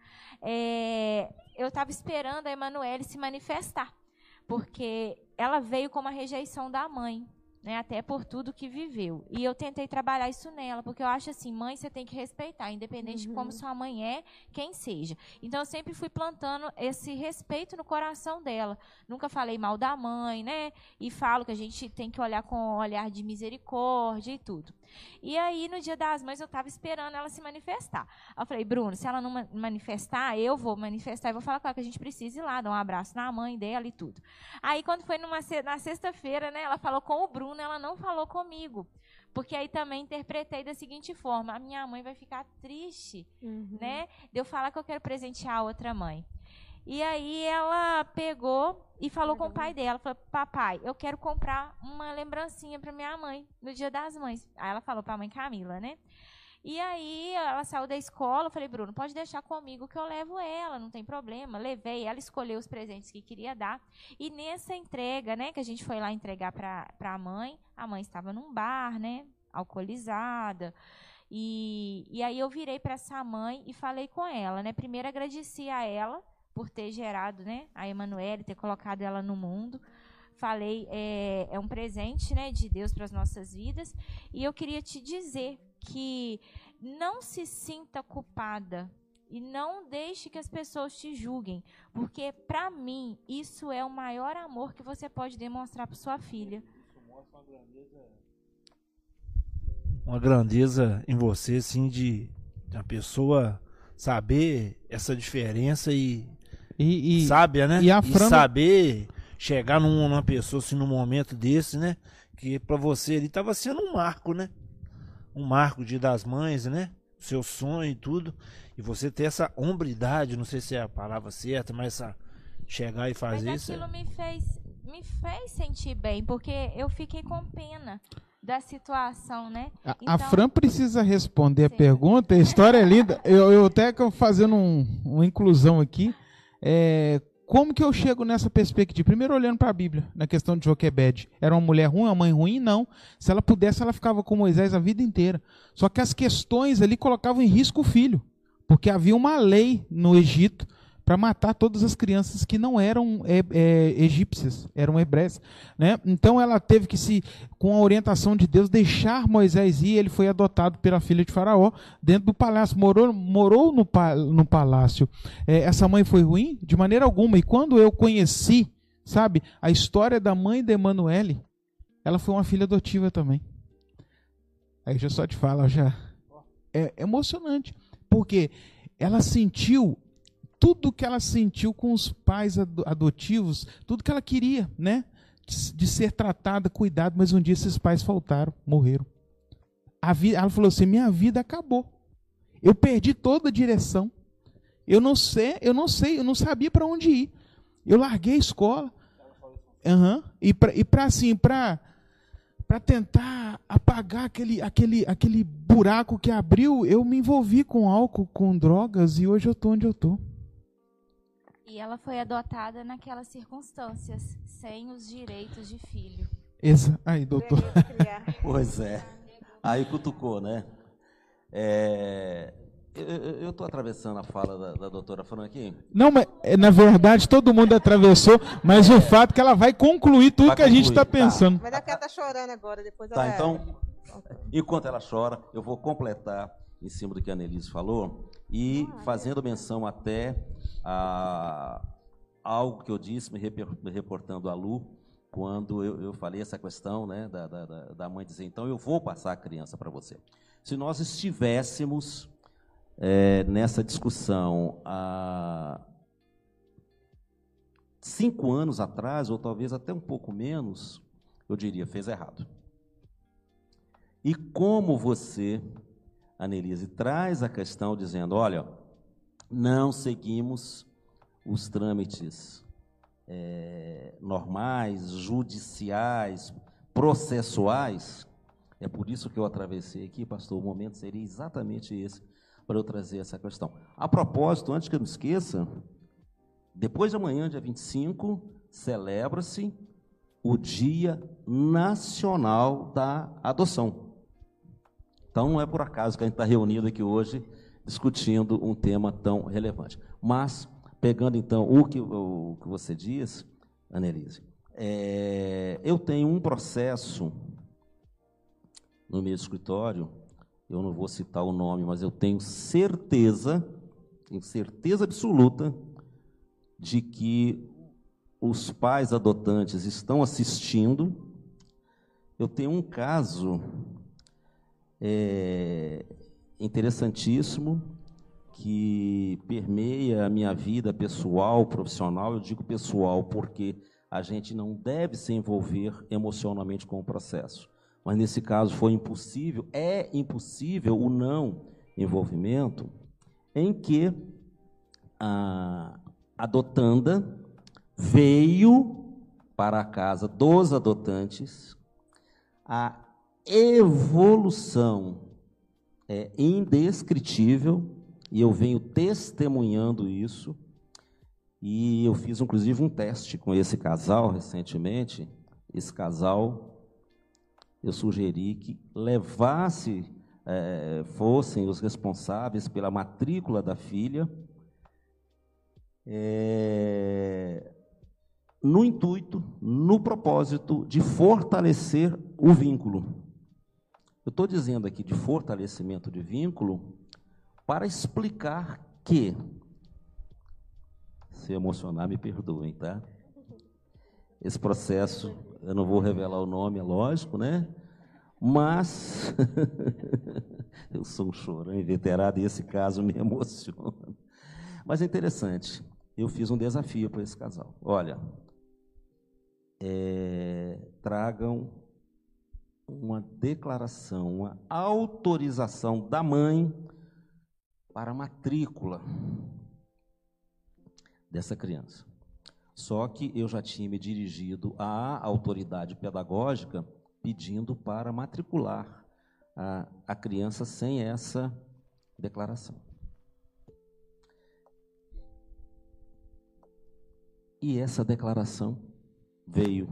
É, eu estava esperando a Emanuele se manifestar, porque ela veio com uma rejeição da mãe, né, até por tudo que viveu. E eu tentei trabalhar isso nela, porque eu acho assim, mãe, você tem que respeitar, independente uhum. de como sua mãe é, quem seja. Então, eu sempre fui plantando esse respeito no coração dela. Nunca falei mal da mãe, né? E falo que a gente tem que olhar com um olhar de misericórdia e tudo. E aí, no Dia das Mães, eu estava esperando ela se manifestar. Eu falei, Bruno, se ela não manifestar, eu vou manifestar e vou falar com ela que a gente precisa ir lá, dar um abraço na mãe dela e tudo. Aí, quando foi numa, na sexta-feira, né, ela falou com o Bruno, ela não falou comigo, porque aí também interpretei da seguinte forma, a minha mãe vai ficar triste, uhum. né, de eu falar que eu quero presentear a outra mãe. E aí ela pegou e falou com o pai dela, falou, papai, eu quero comprar uma lembrancinha para minha mãe no Dia das Mães. Aí ela falou para a mãe Camila, né? E aí ela saiu da escola, eu falei, Bruno, pode deixar comigo que eu levo ela, não tem problema. Levei, ela escolheu os presentes que queria dar. E nessa entrega, né, que a gente foi lá entregar para a mãe, a mãe estava num bar, né, alcoolizada. E, e aí eu virei para essa mãe e falei com ela, né? Primeiro agradeci a ela por ter gerado, né, a Emanuele, ter colocado ela no mundo. Falei, é, é um presente, né, de Deus para as nossas vidas. E eu queria te dizer que não se sinta culpada e não deixe que as pessoas te julguem, porque, para mim, isso é o maior amor que você pode demonstrar para sua filha. Isso mostra uma grandeza, uma grandeza em você, assim, de, de a pessoa saber essa diferença e, e, e sábia, né? E, a Fran... e saber chegar num, numa pessoa assim, num momento desse, né? Que para você ele estava sendo um marco, né? Um marco Dia das Mães, né? Seu sonho e tudo. E você ter essa hombridade, não sei se é a palavra certa, mas essa chegar e fazer mas isso. Aquilo é... me fez, me fez sentir bem, porque eu fiquei com pena da situação, né? A, então... a Fran precisa responder Sim. a pergunta, a história é linda. Eu, eu até fazendo um, uma inclusão aqui. É, como que eu chego nessa perspectiva? Primeiro olhando para a Bíblia, na questão de Joquebede. Era uma mulher ruim, uma mãe ruim? Não. Se ela pudesse, ela ficava com Moisés a vida inteira. Só que as questões ali colocavam em risco o filho, porque havia uma lei no Egito para matar todas as crianças que não eram é, é, egípcias, eram hebreias, né? Então ela teve que, se, com a orientação de Deus, deixar Moisés ir. Ele foi adotado pela filha de Faraó dentro do palácio, morou, morou no, no palácio. É, essa mãe foi ruim? De maneira alguma. E quando eu conheci, sabe, a história da mãe de Emanuele, ela foi uma filha adotiva também. Aí já só te falo, já é emocionante, porque ela sentiu tudo que ela sentiu com os pais adotivos, tudo que ela queria, né? De, de ser tratada, cuidada, mas um dia esses pais faltaram, morreram. A vida, ela falou assim: minha vida acabou. Eu perdi toda a direção. Eu não sei, eu não sei, eu não sabia para onde ir. Eu larguei a escola. Uhum. E para e para assim, para para tentar apagar aquele, aquele, aquele buraco que abriu, eu me envolvi com álcool, com drogas, e hoje eu estou onde eu estou. E ela foi adotada naquelas circunstâncias, sem os direitos de filho. Exa aí, doutor. Pois é. Aí cutucou, né? É... Eu estou atravessando a fala da, da doutora falando aqui. Não, mas na verdade todo mundo atravessou, mas o fato é que ela vai concluir tudo vai que concluir. A gente está pensando. Tá. Mas ela está chorando agora, depois tá, ela... Então, enquanto ela chora, eu vou completar em cima do que a Annelise falou e ah, fazendo é. menção até a algo que eu disse, me, reper, me reportando a Lu, quando eu, eu falei essa questão, né, da, da, da mãe dizer, então eu vou passar a criança para você. Se nós estivéssemos é, nessa discussão há cinco anos atrás, ou talvez até um pouco menos, eu diria, fez errado. E como você, Annelise, traz a questão dizendo, olha, não seguimos os trâmites é, normais, judiciais, processuais, é por isso que eu atravessei aqui, pastor, o momento seria exatamente esse, para eu trazer essa questão. A propósito, antes que eu me esqueça, depois de amanhã, dia vinte e cinco, celebra-se o Dia Nacional da Adoção. Então, não é por acaso que a gente está reunido aqui hoje discutindo um tema tão relevante. Mas, pegando então o que, o que você diz, Annelise, é, eu tenho um processo no meu escritório, eu não vou citar o nome, mas eu tenho certeza, tenho certeza absoluta de que os pais adotantes estão assistindo. Eu tenho um caso é, interessantíssimo que permeia a minha vida pessoal, profissional. Eu digo pessoal porque a gente não deve se envolver emocionalmente com o processo. Mas nesse caso foi impossível, é impossível o não envolvimento, em que a adotanda veio para a casa dos adotantes. A evolução é indescritível, e eu venho testemunhando isso, e eu fiz inclusive um teste com esse casal recentemente. Esse casal, eu sugeri que levasse, é, fossem os responsáveis pela matrícula da filha, é, no intuito, no propósito de fortalecer o vínculo. Eu estou dizendo aqui de fortalecimento de vínculo para explicar que, se emocionar, me perdoem, tá? Esse processo, eu não vou revelar o nome, é lógico, né? Mas, eu sou um chorão inveterado e esse caso me emociona. Mas é interessante, eu fiz um desafio para esse casal. Olha, é, tragam uma declaração, uma autorização da mãe para a matrícula dessa criança. Só que eu já tinha me dirigido à autoridade pedagógica pedindo para matricular a, a criança sem essa declaração. E essa declaração veio.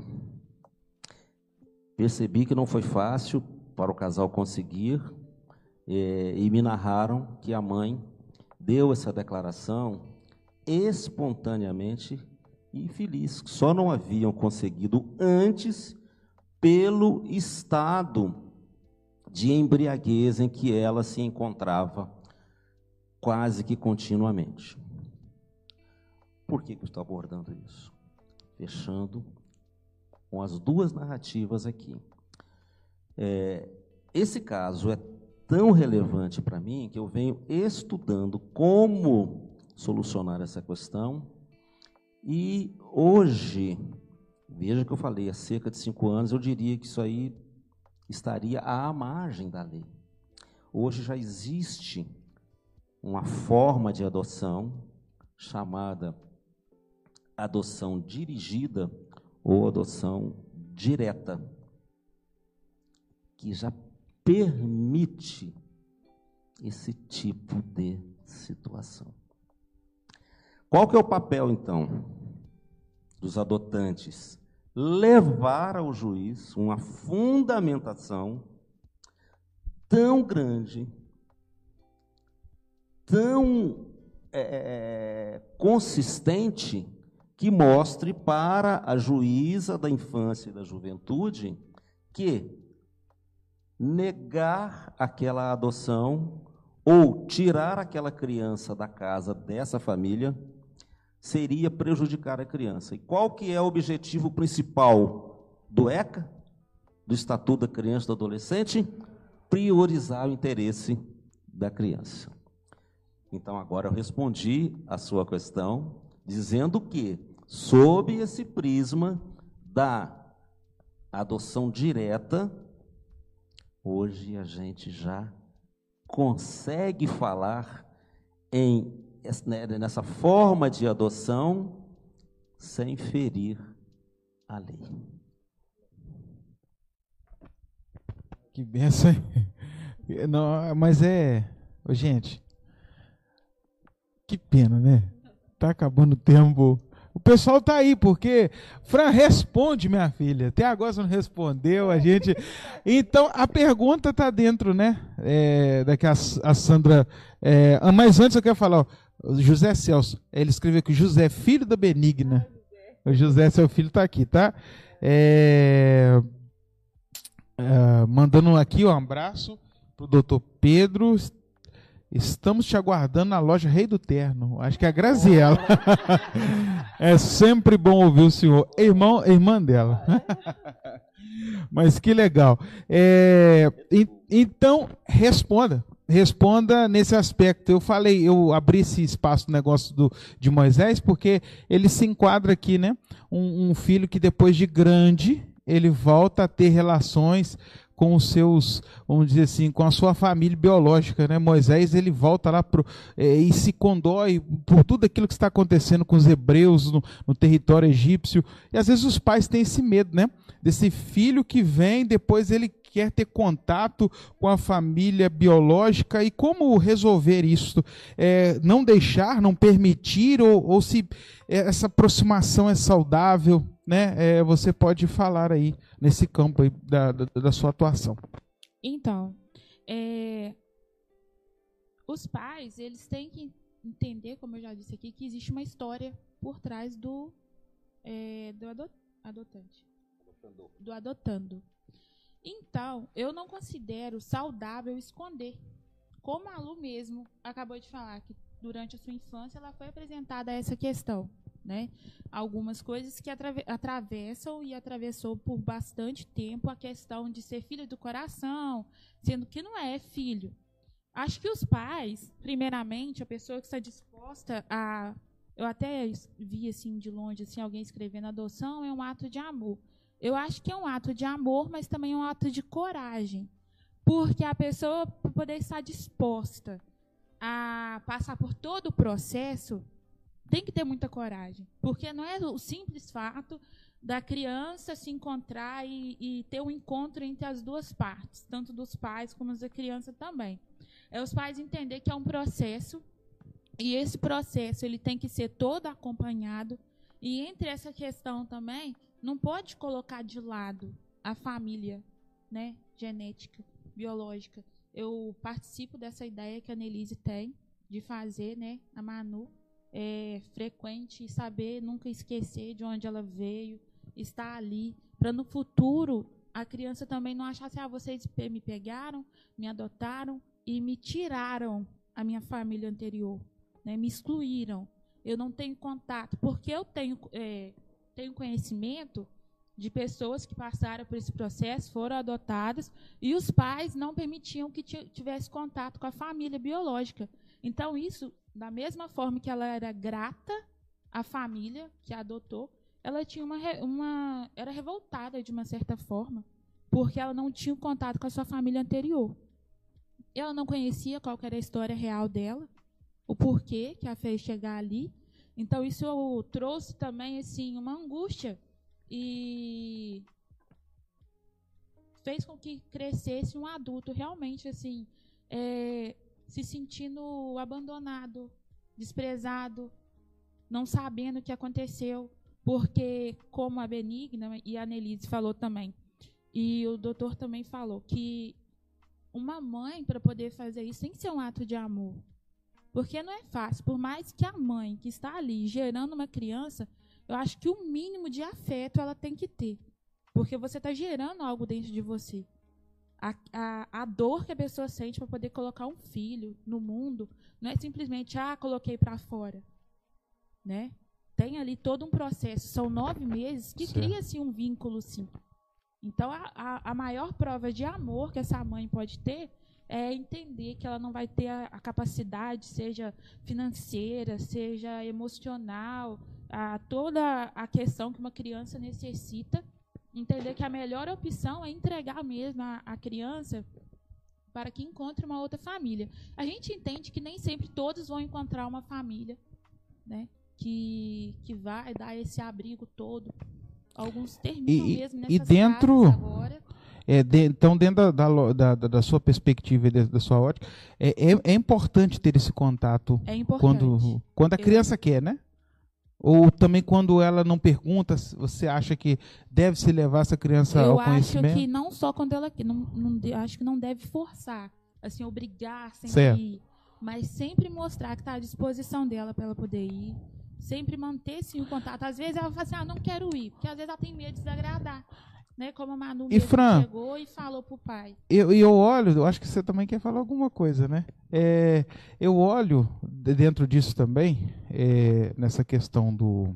Percebi que não foi fácil para o casal conseguir, é, e me narraram que a mãe deu essa declaração espontaneamente e feliz. Só não haviam conseguido antes pelo estado de embriaguez em que ela se encontrava quase que continuamente. Por que que eu estou abordando isso? Fechando com as duas narrativas aqui. É, esse caso é tão relevante para mim que eu venho estudando como solucionar essa questão, e hoje, veja que eu falei, há cerca de cinco anos, eu diria que isso aí estaria à margem da lei. Hoje já existe uma forma de adoção chamada adoção dirigida ou adoção direta, que já permite esse tipo de situação. Qual que é o papel, então, dos adotantes? Levar ao juiz uma fundamentação tão grande, tão é, consistente, que mostre para a juíza da infância e da juventude que negar aquela adoção ou tirar aquela criança da casa dessa família seria prejudicar a criança. E qual que é o objetivo principal do ECA, do Estatuto da Criança e do Adolescente? Priorizar o interesse da criança. Então, agora eu respondi a sua questão, dizendo que, sob esse prisma da adoção direta, hoje a gente já consegue falar em, nessa forma de adoção sem ferir a lei. Que benção, hein? Não, mas é... Ô, gente, que pena, né? Tá acabando o tempo. O pessoal tá aí, porque... Fran, responde, minha filha. Até agora você não respondeu, a gente... Então, a pergunta tá dentro, né? É, daqui a, a Sandra... É, mas antes eu quero falar, ó, o José Celso, ele escreveu que José, filho da Benigna. O José, seu filho, tá aqui, tá? É, é, mandando aqui um abraço pro doutor Pedro. Estamos te aguardando na loja Rei do Terno. Acho que é a Graziela. É sempre bom ouvir o senhor. Irmão, irmã dela. Mas que legal. É, e, então, responda. Responda nesse aspecto. Eu falei, eu abri esse espaço no negócio do, de Moisés, porque ele se enquadra aqui, né? Um, um filho que depois de grande, ele volta a ter relações com os seus, vamos dizer assim, com a sua família biológica, né? Moisés, ele volta lá pro, é, e se condói por tudo aquilo que está acontecendo com os hebreus no, no território egípcio. E às vezes os pais têm esse medo, né? Desse filho que vem, depois ele quer ter contato com a família biológica. E como resolver isso? É, não deixar, não permitir, ou, ou se essa aproximação é saudável, né? É, você pode falar aí nesse campo aí da, da, da sua atuação. Então, é, os pais, eles têm que entender, como eu já disse aqui, que existe uma história por trás do, é, do adot, adotante, adotando. do adotando. Então, eu não considero saudável esconder. Como a Lu mesmo acabou de falar, que durante a sua infância ela foi apresentada a essa questão, né? Algumas coisas que atrave- atravessam e atravessou por bastante tempo a questão de ser filho do coração, sendo que não é filho. Acho que os pais, primeiramente, a pessoa que está disposta a... Eu até vi assim de longe assim, alguém escrevendo adoção é um ato de amor. Eu acho que é um ato de amor, mas também é um ato de coragem. Porque a pessoa, para poder estar disposta a passar por todo o processo, tem que ter muita coragem. Porque não é o simples fato da criança se encontrar e, e ter um encontro entre as duas partes, tanto dos pais como da criança também. É os pais entender que é um processo, e esse processo ele tem que ser todo acompanhado, E entre essa questão também, não pode colocar de lado a família, né, genética, biológica. Eu participo dessa ideia que a Nelise tem de fazer, né, a Manu é, frequente e saber nunca esquecer de onde ela veio, estar ali, para no futuro a criança também não achar assim, ah, vocês me pegaram, me adotaram e me tiraram a minha família anterior, né, me excluíram. Eu não tenho contato, porque eu tenho, é, tenho conhecimento de pessoas que passaram por esse processo, foram adotadas, e os pais não permitiam que tivesse contato com a família biológica. Então, isso, da mesma forma que ela era grata à família que a adotou, ela tinha uma, uma, era revoltada de uma certa forma, porque ela não tinha contato com a sua família anterior. Ela não conhecia qual era a história real dela, o porquê que a fez chegar ali. Então, isso eu trouxe também assim, uma angústia e fez com que crescesse um adulto realmente assim, é, se sentindo abandonado, desprezado, não sabendo o que aconteceu, porque, como a Benigna e a Nelise falou também, e o doutor também falou, que uma mãe, para poder fazer isso, tem que ser um ato de amor. Porque não é fácil. Por mais que a mãe que está ali gerando uma criança, eu acho que o mínimo de afeto ela tem que ter. Porque você está gerando algo dentro de você. A, a, a dor que a pessoa sente para poder colocar um filho no mundo não é simplesmente, ah, coloquei para fora. Né? Tem ali todo um processo. São nove meses que cria-se um vínculo, sim. Então, a, a, a maior prova de amor que essa mãe pode ter é entender que ela não vai ter a, a capacidade, seja financeira, seja emocional, a, toda a questão que uma criança necessita, entender que a melhor opção é entregar mesmo a, a criança para que encontre uma outra família. A gente entende que nem sempre todos vão encontrar uma família, né, que, que vai dar esse abrigo todo. Alguns terminam e, mesmo nessas e dentro casas agora. É, de, então, dentro da, da, da, da sua perspectiva e da, da sua ótica, é, é, é importante ter esse contato é importante. quando, quando a criança Eu... quer, né? Ou também quando ela não pergunta, você acha que deve se levar essa criança Eu ao conhecimento? Eu acho que não só quando ela quer, não, não, acho que não deve forçar, assim, obrigar sempre certo. ir, mas sempre mostrar que está à disposição dela para ela poder ir, sempre manter sim o contato. Às vezes ela fala assim, ah, não quero ir, porque às vezes ela tem medo de desagradar. Né, como a Manu e Fran, chegou e falou pro pai. Eu, eu olho, eu acho que você também quer falar alguma coisa, né? É, eu olho dentro disso também, é, nessa questão do,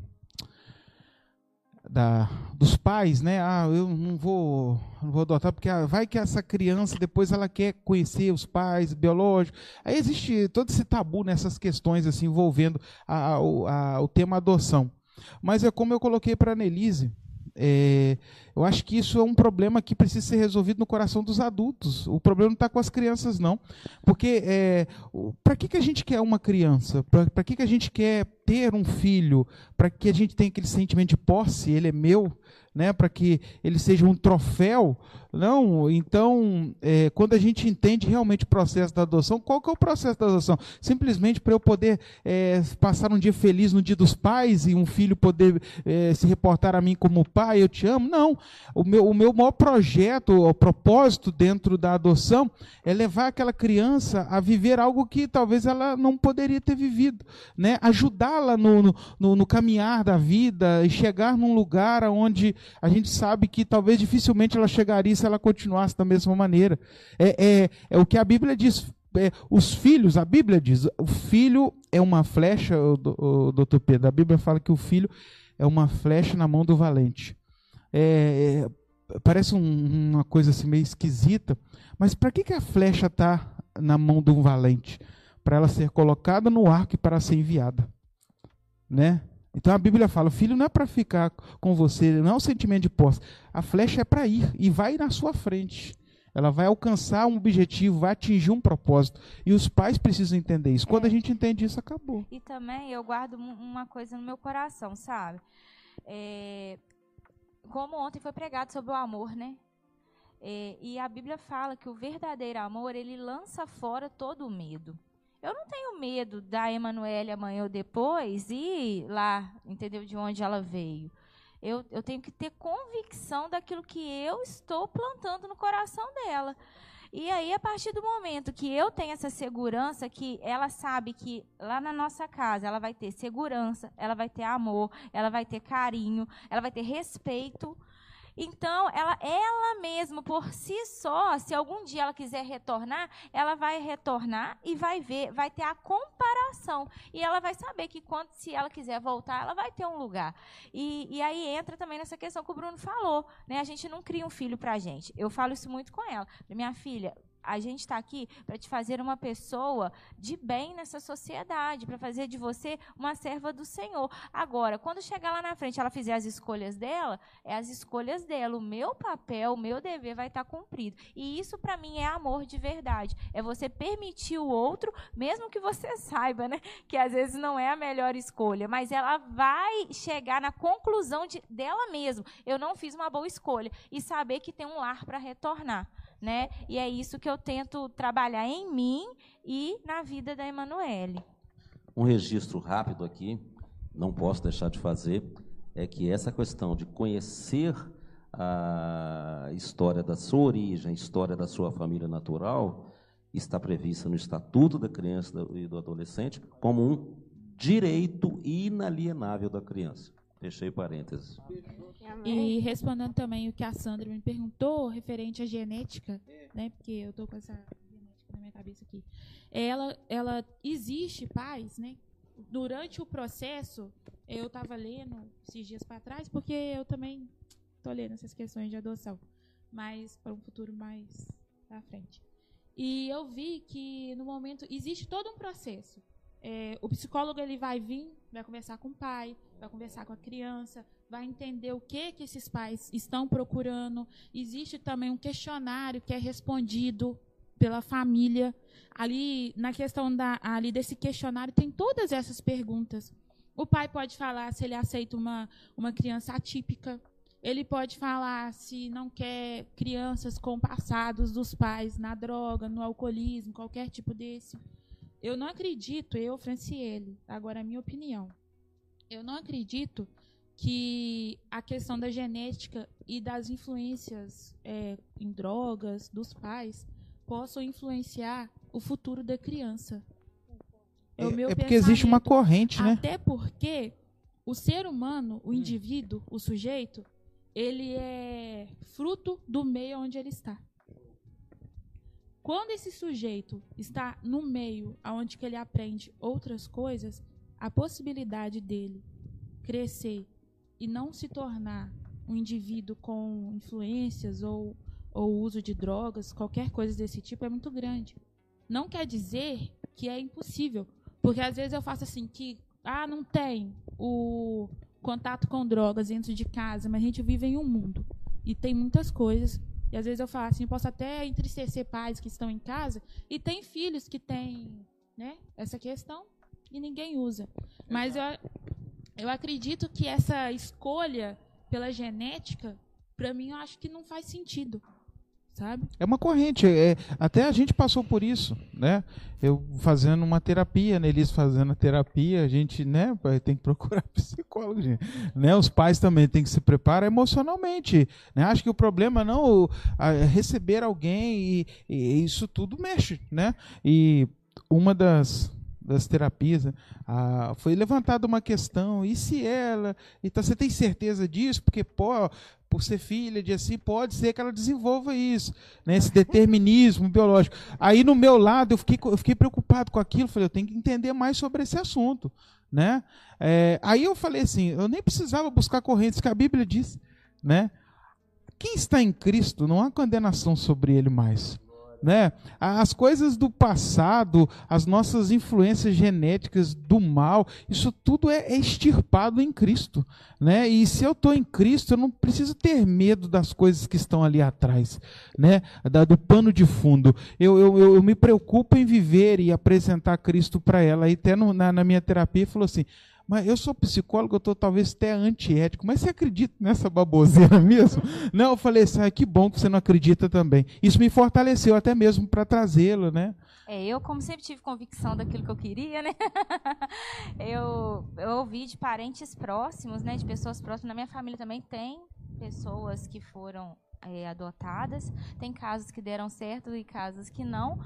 da, dos pais, né? Ah, eu não vou, não vou adotar, porque ah, vai que essa criança depois ela quer conhecer os pais biológicos. Aí existe todo esse tabu nessas questões assim, envolvendo a, a, a, o tema adoção. Mas é como eu coloquei para a Nelise, É, eu acho que isso é um problema que precisa ser resolvido no coração dos adultos. O problema não está com as crianças, não. Porque é, para que, que a gente quer uma criança? Para que, que a gente quer ter um filho? Para que a gente tenha aquele sentimento de posse, ele é meu, né? Para que ele seja um troféu? Não, então, é, quando a gente entende realmente o processo da adoção, qual que é o processo da adoção? Simplesmente para eu poder é, passar um dia feliz no dia dos pais e um filho poder é, se reportar a mim como pai, eu te amo? Não, o meu, o meu maior projeto, o propósito dentro da adoção é levar aquela criança a viver algo que talvez ela não poderia ter vivido, né? Ajudá-la no, no, no caminhar da vida e chegar num lugar onde a gente sabe que talvez dificilmente ela chegaria se ela continuasse da mesma maneira. É, é, é o que a Bíblia diz. É, os filhos, a Bíblia diz, o filho é uma flecha, o, o, o doutor Pedro, a Bíblia fala que o filho é uma flecha na mão do valente. É, é, parece um, uma coisa assim meio esquisita, mas para que, que a flecha está na mão de um valente? Para ela ser colocada no arco e para ser enviada. Né? Então a Bíblia fala, o filho não é para ficar com você, não é um sentimento de posse. A flecha é para ir e vai na sua frente. Ela vai alcançar um objetivo, vai atingir um propósito. E os pais precisam entender isso. Quando é. a gente entende isso, acabou. E também eu guardo uma coisa no meu coração, sabe? É, como ontem foi pregado sobre o amor, né? É, e a Bíblia fala que o verdadeiro amor, ele lança fora todo o medo. eu não tenho medo da Emanuele amanhã ou depois ir lá, entendeu, de onde ela veio. Eu, eu tenho que ter convicção daquilo que eu estou plantando no coração dela. E aí, a partir do momento que eu tenho essa segurança, que ela sabe que lá na nossa casa ela vai ter segurança, ela vai ter amor, ela vai ter carinho, ela vai ter respeito. Então, ela, ela mesma, por si só, se algum dia ela quiser retornar, ela vai retornar e vai ver, vai ter a comparação. E ela vai saber que, quando, se ela quiser voltar, ela vai ter um lugar. E, e aí entra também nessa questão que o Bruno falou, né? A gente não cria um filho para a gente. Eu falo isso muito com ela. Minha filha, a gente está aqui para te fazer uma pessoa de bem nessa sociedade, para fazer de você uma serva do Senhor. Agora, quando chegar lá na frente, ela fizer as escolhas dela, é as escolhas dela. O meu papel, o meu dever vai estar cumprido. E isso, para mim, é amor de verdade. É você permitir o outro, mesmo que você saiba, né, que às vezes não é a melhor escolha, mas ela vai chegar na conclusão de, dela mesma. Eu não fiz uma boa escolha. E saber que tem um lar para retornar. Né? E é isso que eu tento trabalhar em mim e na vida da Emanuele. Um registro rápido aqui, não posso deixar de fazer, é que essa questão de conhecer a história da sua origem, a história da sua família natural, está prevista no Estatuto da Criança e do Adolescente como um direito inalienável da criança. Fechei parênteses. E respondendo também o que a Sandra me perguntou, referente à genética, né, porque eu estou com essa genética na minha cabeça aqui. Ela, ela existe, pais, né? Durante o processo, eu estava lendo esses dias para trás, porque eu também estou lendo essas questões de adoção, mas para um futuro mais à frente. E eu vi que, no momento, existe todo um processo. É, o psicólogo ele vai vir, vai conversar com o pai, vai conversar com a criança, vai entender o que, que esses pais estão procurando. Existe também um questionário que é respondido pela família. Ali, na questão da, ali desse questionário, tem todas essas perguntas. O pai pode falar se ele aceita uma, uma criança atípica. Ele pode falar se não quer crianças com passados dos pais na droga, no alcoolismo, qualquer tipo desse. Eu não acredito, eu, Franciele, agora a minha opinião, eu não acredito que a questão da genética e das influências é, em drogas dos pais possam influenciar o futuro da criança. É, o meu é porque existe uma corrente, né? Até porque o ser humano, o indivíduo, o sujeito, ele é fruto do meio onde ele está. Quando esse sujeito está no meio onde que ele aprende outras coisas, a possibilidade dele crescer e não se tornar um indivíduo com influências ou, ou uso de drogas, qualquer coisa desse tipo, é muito grande. Não quer dizer que é impossível, porque às vezes eu faço assim, que ah, não tem o contato com drogas dentro de casa, mas a gente vive em um mundo e tem muitas coisas. E às vezes eu falo assim, eu posso até entristecer pais que estão em casa e tem filhos que têm, né, essa questão e ninguém usa. Mas eu, eu acredito que essa escolha pela genética, para mim, eu acho que não faz sentido, sabe? É uma corrente. É, até a gente passou por isso, né? Eu fazendo uma terapia, né? Eles fazendo a terapia, a gente, né, tem que procurar psicólogo, gente, né? Os pais também têm que se preparar emocionalmente, né? Acho que o problema não é receber alguém e, e isso tudo mexe, né? E uma das das terapias, ah, foi levantada uma questão, e se ela, então você tem certeza disso? Porque pô, por ser filha de assim, pode ser que ela desenvolva isso, né, esse determinismo biológico. Aí no meu lado eu fiquei, eu fiquei preocupado com aquilo, falei, eu tenho que entender mais sobre esse assunto, né? É, aí eu falei assim, eu nem precisava buscar correntes, que a Bíblia diz, né? Quem está em Cristo, não há condenação sobre ele mais. Né? As coisas do passado, as nossas influências genéticas do mal, isso tudo é, é extirpado em Cristo, né? E se eu estou em Cristo, eu não preciso ter medo das coisas que estão ali atrás, né? Da, do pano de fundo. Eu, eu, eu, eu me preocupo em viver e apresentar Cristo para ela. Aí até no, na, na minha terapia falou assim, mas eu sou psicólogo, eu estou talvez até antiético, mas você acredita nessa baboseira mesmo? Não, eu falei assim, ah, que bom que você não acredita também. Isso me fortaleceu até mesmo para trazê-lo, né? É, eu, como sempre tive convicção daquilo que eu queria, né? eu, eu ouvi de parentes próximos, né? De pessoas próximas. Na minha família também tem pessoas que foram é, adotadas. Tem casos que deram certo e casos que não.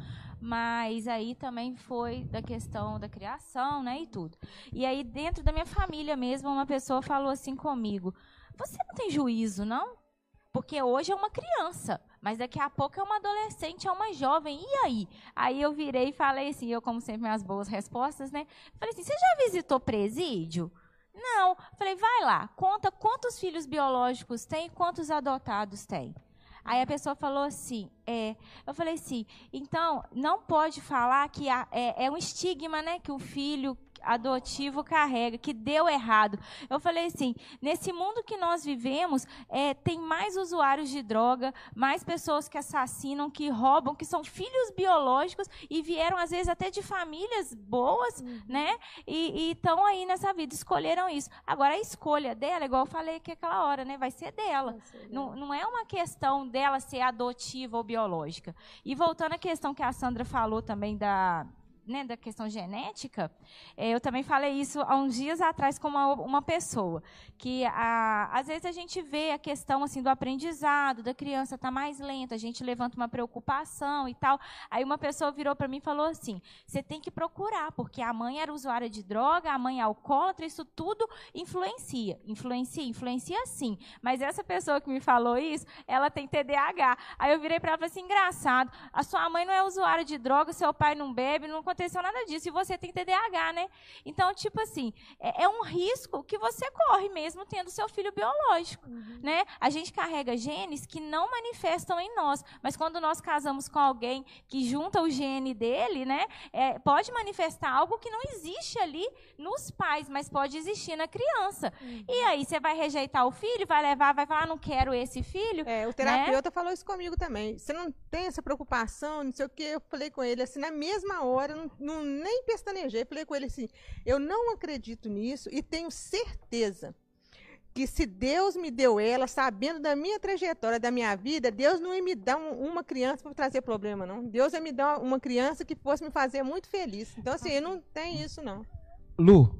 Mas aí também foi da questão da criação, né? E tudo. E aí, dentro da minha família mesmo, uma pessoa falou assim comigo: você não tem juízo, não? Porque hoje é uma criança, mas daqui a pouco é uma adolescente, é uma jovem, e aí? Aí eu virei e falei assim, eu como sempre minhas boas respostas, né? Falei assim, você já visitou presídio? Não. Falei, vai lá, conta quantos filhos biológicos tem e quantos adotados tem. Aí a pessoa falou assim, é, eu falei assim, então não pode falar que há, é, é um estigma, né, que o filho adotivo carrega, que deu errado. Eu falei assim, nesse mundo que nós vivemos, é, tem mais usuários de droga, mais pessoas que assassinam, que roubam, que são filhos biológicos e vieram, às vezes, até de famílias boas, uhum. né? E estão aí nessa vida, escolheram isso. Agora, a escolha dela, igual eu falei aqui aquela hora, né? Vai ser dela. Vai ser não, não é uma questão dela ser adotiva ou biológica. E voltando à questão que a Sandra falou também da... né, da questão genética, é, eu também falei isso há uns dias atrás com uma, uma pessoa, que a, às vezes a gente vê a questão assim, do aprendizado, da criança estar tá mais lenta, a gente levanta uma preocupação e tal. Aí uma pessoa virou para mim e falou assim, você tem que procurar, porque a mãe era usuária de droga, a mãe é alcoólatra, isso tudo influencia. Influencia, influencia sim. Mas essa pessoa que me falou isso, ela tem T D A H. Aí eu virei para ela e falei assim, engraçado, a sua mãe não é usuária de droga, seu pai não bebe, não aconteceu nada disso, e você tem T D A H, né? Então, tipo assim, é, é um risco que você corre mesmo tendo seu filho biológico, uhum. né? A gente carrega genes que não manifestam em nós, mas quando nós casamos com alguém que junta o gene dele, né, é, pode manifestar algo que não existe ali nos pais, mas pode existir na criança. Uhum. E aí, você vai rejeitar o filho, vai levar, vai falar, não quero esse filho. É, o terapeuta né? falou isso comigo também. Você não tem essa preocupação, não sei o que, eu falei com ele, assim, na mesma hora, não Não, nem pestanejei, falei com ele assim, eu não acredito nisso e tenho certeza que se Deus me deu ela, sabendo da minha trajetória, da minha vida, Deus não ia me dar um, uma criança para trazer problema, não. Deus ia me dar uma criança que fosse me fazer muito feliz. Então, assim, eu não tenho isso, não. Lu,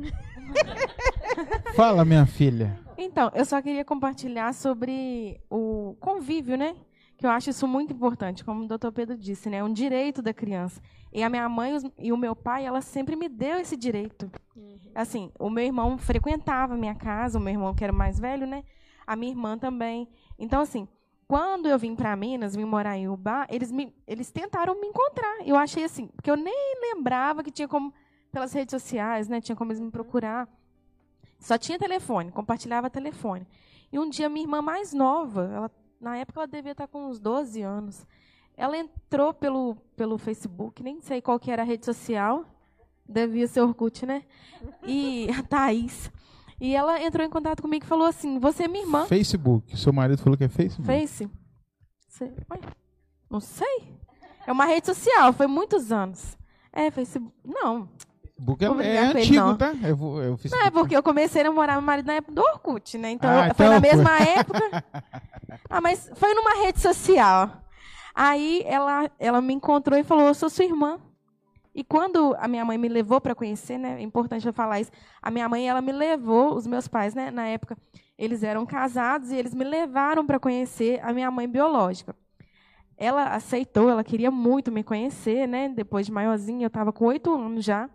fala, minha filha. Então, eu só queria compartilhar sobre o convívio, né? Que eu acho isso muito importante, como o doutor Pedro disse, né? É um direito da criança. E a minha mãe e o meu pai, ela sempre me deu esse direito. Uhum. Assim, o meu irmão frequentava a minha casa, o meu irmão que era o mais velho, né? A minha irmã também. Então, assim, quando eu vim para Minas, vim morar em Ubá, eles, me, eles tentaram me encontrar. Eu achei assim, porque eu nem lembrava que tinha como, pelas redes sociais, né? Tinha como eles me procurar. Só tinha telefone, compartilhava telefone. E um dia, minha irmã mais nova, ela na época, ela devia estar com uns doze anos. Ela entrou pelo, pelo Facebook, nem sei qual que era a rede social. Devia ser Orkut, né? E a Thaís. E ela entrou em contato comigo e falou assim, você é minha irmã. Facebook. Seu marido falou que é Facebook? Face. Você, não sei. É uma rede social, foi muitos anos. É, Facebook. Não. Facebook é, é antigo, não. Tá? Eu vou, eu não, é porque eu comecei a namorar meu marido na época do Orkut, né? Então, ah, foi então, na mesma foi. época. Ah, mas foi numa rede social. Aí ela, ela me encontrou e falou, eu sou sua irmã. E quando a minha mãe me levou para conhecer, né? É importante eu falar isso. A minha mãe, ela me levou, os meus pais, né? Na época, eles eram casados e eles me levaram para conhecer a minha mãe biológica. Ela aceitou, ela queria muito me conhecer, né? Depois de maiorzinha, eu estava com oito anos já.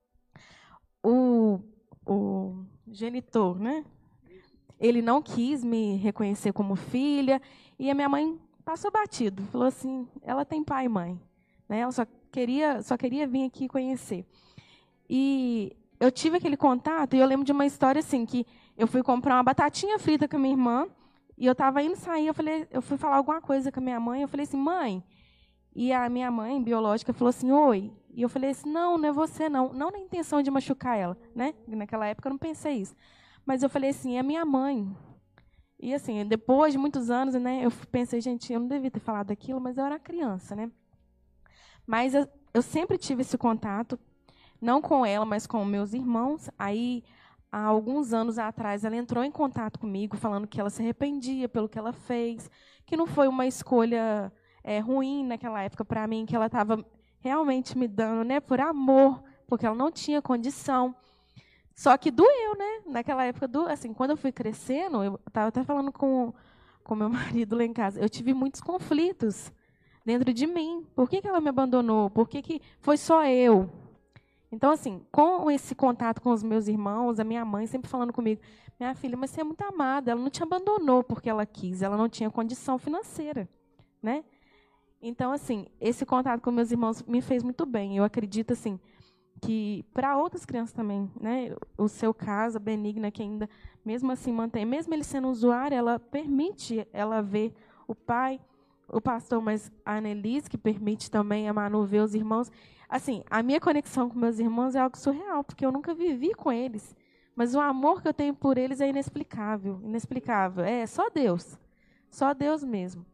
O, o genitor, né? Ele não quis me reconhecer como filha e a minha mãe passou batido. Falou assim, ela tem pai e mãe. Né? Ela só queria, só queria vir aqui conhecer. E eu tive aquele contato e eu lembro de uma história assim, que eu fui comprar uma batatinha frita com a minha irmã e eu estava indo sair, eu, falei, eu fui falar alguma coisa com a minha mãe, eu falei assim, mãe... E a minha mãe biológica falou assim, oi. E eu falei assim, não, não é você, não. Não na intenção de machucar ela, né? Naquela época eu não pensei isso. Mas eu falei assim, é minha mãe. E assim, depois de muitos anos, né, eu pensei, gente, eu não devia ter falado aquilo, mas eu era criança, né? Mas eu, eu sempre tive esse contato. não com ela, mas com meus irmãos. Aí, há alguns anos atrás, ela entrou em contato comigo, falando que ela se arrependia pelo que ela fez, que não foi uma escolha é, ruim naquela época para mim, que ela estava realmente me dando, né, por amor, porque ela não tinha condição. Só que doeu, né? Naquela época, do, assim, quando eu fui crescendo, eu estava até falando com com meu marido lá em casa, eu tive muitos conflitos dentro de mim. Por que que ela me abandonou? Por que que foi só eu? Então, assim, com esse contato com os meus irmãos, a minha mãe sempre falando comigo, minha filha, mas você é muito amada, ela não te abandonou porque ela quis, ela não tinha condição financeira, né? Então, assim, esse contato com meus irmãos me fez muito bem. Eu acredito, assim, que para outras crianças também, né, o seu caso, a Benigna, que ainda, mesmo assim, mantém, mesmo ele sendo usuário, ela permite ela ver o pai, o pastor, mas a Annelise, que permite também a Manu ver os irmãos. Assim, a minha conexão com meus irmãos é algo surreal, porque eu nunca vivi com eles, mas o amor que eu tenho por eles é inexplicável, inexplicável. É só Deus, só Deus mesmo.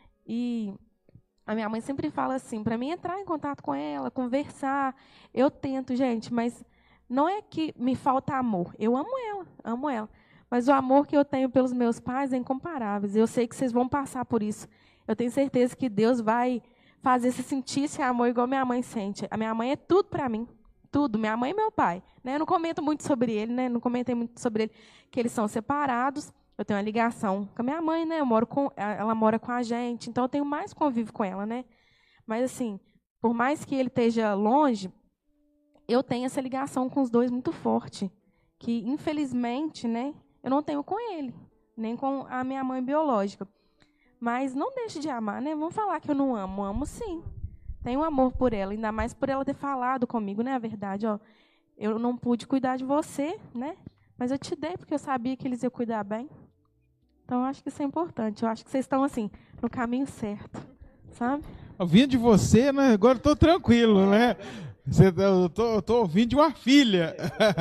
E a minha mãe sempre fala assim, para mim entrar em contato com ela, conversar, eu tento, gente, mas não é que me falta amor. Eu amo ela, amo ela. Mas o amor que eu tenho pelos meus pais é incomparável. Eu sei que vocês vão passar por isso. Eu tenho certeza que Deus vai fazer você sentir esse amor igual minha mãe sente. A minha mãe é tudo para mim, tudo. Minha mãe e meu pai. Né? Eu não comento muito sobre ele, né? Não comentei muito sobre ele, que eles são separados. Eu tenho uma ligação com a minha mãe, né? Eu moro com, ela mora com a gente, então eu tenho mais convívio com ela, né? Mas assim, por mais que ele esteja longe, eu tenho essa ligação com os dois muito forte, que infelizmente, né, eu não tenho com ele, nem com a minha mãe biológica. Mas não deixe de amar, né? Vamos falar que eu não amo, amo sim. Tenho amor por ela, ainda mais por ela ter falado comigo, né? A verdade, ó, eu não pude cuidar de você, né? Mas eu te dei porque eu sabia que eles iam cuidar bem. Então, eu acho que isso é importante. Eu acho que vocês estão, assim, no caminho certo, sabe? Ouvindo de você, né? Agora estou tranquilo, né? Você, eu estou ouvindo de uma filha,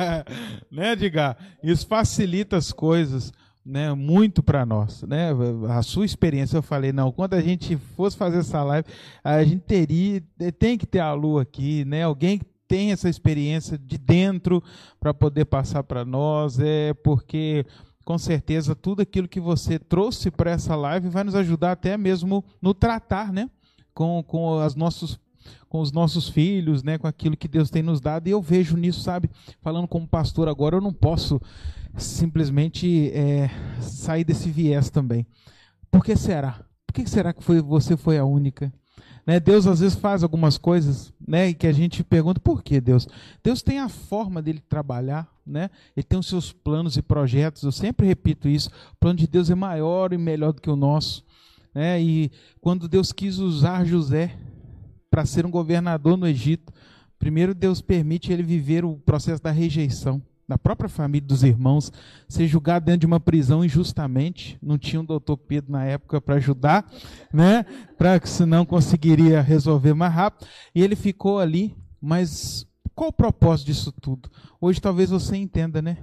né, Edgar? Isso facilita as coisas, né? Muito para nós, né? A sua experiência, eu falei, não, quando a gente fosse fazer essa live, a gente teria, tem que ter a Lu aqui, né? Alguém que tem essa experiência de dentro para poder passar para nós, é porque com certeza tudo aquilo que você trouxe para essa live vai nos ajudar até mesmo no tratar, né, com, com, as nossos, com os nossos filhos, né, com aquilo que Deus tem nos dado. E eu vejo nisso, sabe, falando como pastor agora, eu não posso simplesmente é, sair desse viés também. Por que será? Por que será que foi, você foi a única? Né, Deus às vezes faz algumas coisas, né, e que a gente pergunta, por que Deus? Deus tem a forma dele trabalhar, né? Ele tem os seus planos e projetos, eu sempre repito isso, o plano de Deus é maior e melhor do que o nosso. Né? E quando Deus quis usar José para ser um governador no Egito, primeiro Deus permite ele viver o processo da rejeição da própria família, dos irmãos, ser julgado dentro de uma prisão injustamente. Não tinha um doutor Pedro na época para ajudar, né? Para que senão conseguiria resolver mais rápido. E ele ficou ali, mas qual o propósito disso tudo? Hoje talvez você entenda, né?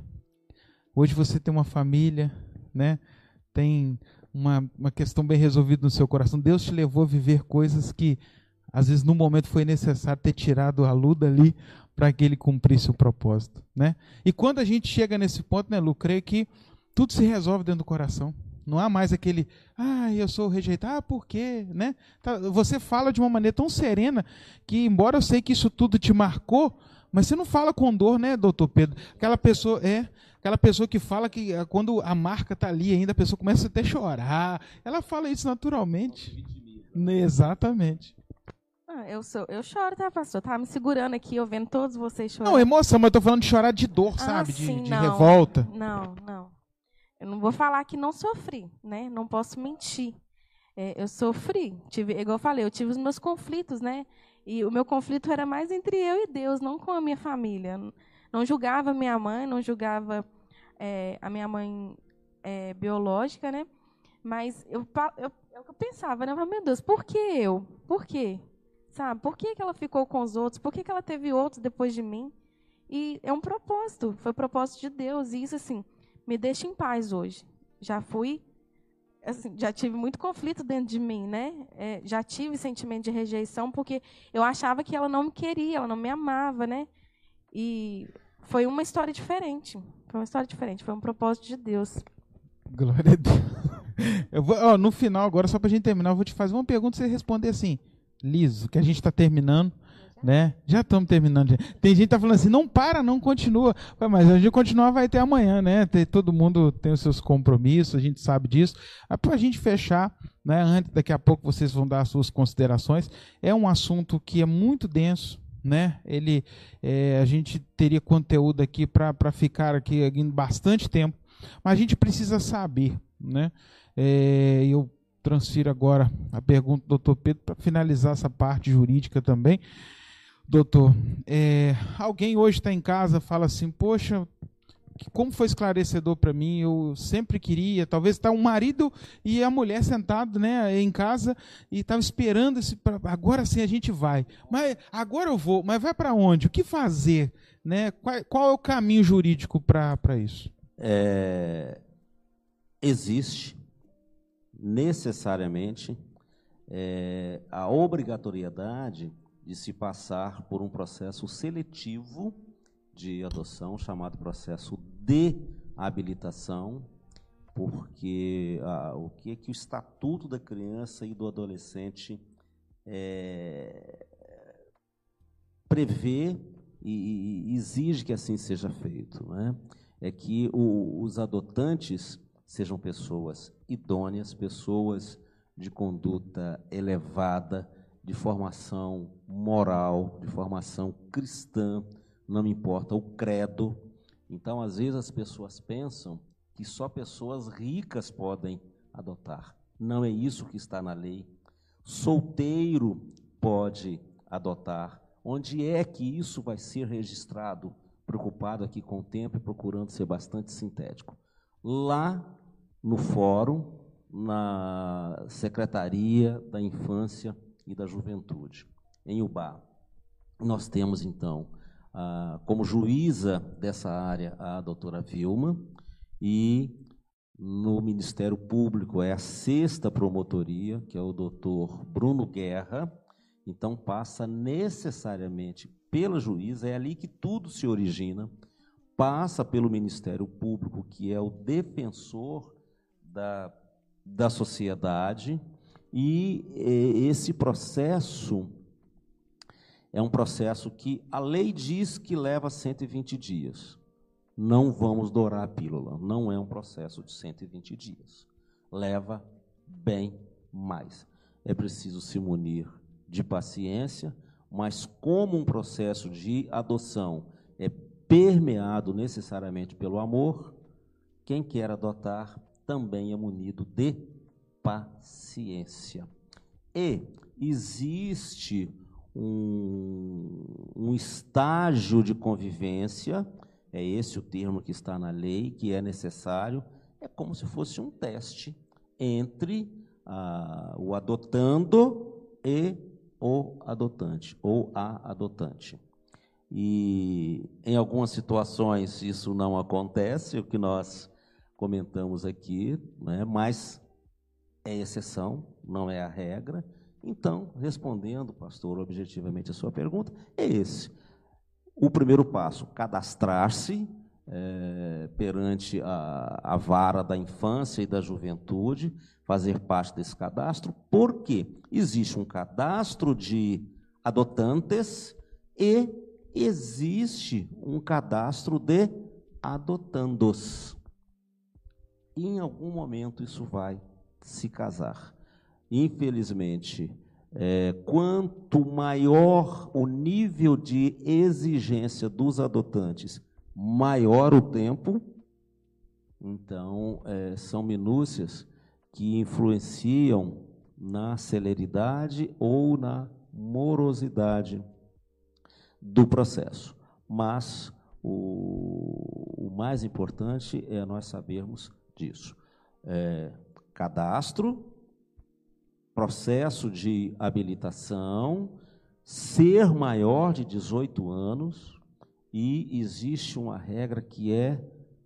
Hoje você tem uma família, né? Tem uma, uma questão bem resolvida no seu coração. Deus te levou a viver coisas que às vezes no momento foi necessário ter tirado a Lu dali para que ele cumprisse o propósito, né? E quando a gente chega nesse ponto, né, Lu, creio que tudo se resolve dentro do coração. Não há mais aquele, ah, eu sou rejeitado, ah, por quê? Né? Você fala de uma maneira tão serena que, embora eu sei que isso tudo te marcou, mas você não fala com dor, né, doutor Pedro? Aquela pessoa, é, aquela pessoa que fala que quando a marca está ali ainda, a pessoa começa até a chorar. Ela fala isso naturalmente. Exatamente. Ah, eu, sou, eu choro, tá, pastor? Tava me segurando aqui, eu vendo todos vocês chorando. Não, emoção, mas eu tô falando de chorar de dor, ah, sabe? Sim, de de não, revolta. Não, não. Eu não vou falar que não sofri, né? Não posso mentir. É, eu sofri. Tive, igual eu falei, eu tive os meus conflitos, né? E o meu conflito era mais entre eu e Deus, não com a minha família. Não julgava minha mãe, não julgava é, a minha mãe é, biológica, né? Mas eu, eu, eu, eu pensava, né? Meu Deus, por que eu? Por quê? Sabe? Por que que ela ficou com os outros? Por que que ela teve outros depois de mim? E é um propósito, foi o propósito de Deus. E isso, assim, me deixa em paz hoje. Já fui, assim, já tive muito conflito dentro de mim, né? É, já tive sentimento de rejeição, porque eu achava que ela não me queria, ela não me amava, né? E foi uma história diferente. Foi uma história diferente, foi um propósito de Deus. Glória a Deus. Eu vou, ó, no final, agora, só para a gente terminar, eu vou te fazer uma pergunta e você responder assim, liso, que a gente está terminando. Né? Já estamos terminando. Gente. Tem gente que está falando assim, não para, não continua. Ué, mas a gente continuar vai ter amanhã, né? Tem, todo mundo tem os seus compromissos, a gente sabe disso. Para a gente fechar, né? Antes, daqui a pouco vocês vão dar as suas considerações. É um assunto que é muito denso, né? Ele, é, a gente teria conteúdo aqui para ficar aqui bastante tempo, mas a gente precisa saber, né? É, eu transfiro agora a pergunta do doutor Pedro para finalizar essa parte jurídica também. Doutor, é, alguém hoje está em casa e fala assim, poxa, como foi esclarecedor para mim, eu sempre queria, talvez está um marido e a mulher sentado, né, em casa e estava esperando, esse, pra, agora sim a gente vai, mas agora eu vou, mas vai para onde? O que fazer? Né? Qual, qual é o caminho jurídico para isso? É, existe necessariamente é, a obrigatoriedade de se passar por um processo seletivo de adoção, chamado processo de habilitação, porque ah, o que é que o Estatuto da Criança e do Adolescente é, prevê e, e exige que assim seja feito, né? É que o, os adotantes sejam pessoas idôneas, pessoas de conduta elevada, de formação moral, de formação cristã, não me importa o credo. Então, às vezes, as pessoas pensam que só pessoas ricas podem adotar. Não é isso que está na lei. Solteiro pode adotar. Onde é que isso vai ser registrado? Preocupado aqui com o tempo e procurando ser bastante sintético. Lá no fórum, na Secretaria da Infância e da Juventude, em Ubá. Nós temos, então, a, como juíza dessa área, a doutora Vilma, e no Ministério Público é a sexta promotoria, que é o doutor Bruno Guerra. Então, passa necessariamente pela juíza, é ali que tudo se origina, passa pelo Ministério Público, que é o defensor da, da sociedade. E esse processo é um processo que a lei diz que leva cento e vinte dias. Não vamos dourar a pílula, não é um processo de cento e vinte dias. Leva bem mais. É preciso se munir de paciência, mas como um processo de adoção é permeado necessariamente pelo amor, quem quer adotar também é munido de paciência. E existe um, um estágio de convivência, é esse o termo que está na lei, que é necessário, é como se fosse um teste entre ah, o adotando e o adotante, ou a adotante. E em algumas situações isso não acontece, o que nós comentamos aqui, né, mas é exceção, não é a regra. Então, respondendo, pastor, objetivamente a sua pergunta, é esse. O primeiro passo, cadastrar-se é, perante a, a vara da infância e da juventude, fazer parte desse cadastro, porque existe um cadastro de adotantes e existe um cadastro de adotandos. E em algum momento isso vai se casar. Infelizmente, é, quanto maior o nível de exigência dos adotantes, maior o tempo. Então, é, são minúcias que influenciam na celeridade ou na morosidade do processo. Mas o, o mais importante é nós sabermos disso. É, cadastro, processo de habilitação, ser maior de dezoito anos, e existe uma regra que é,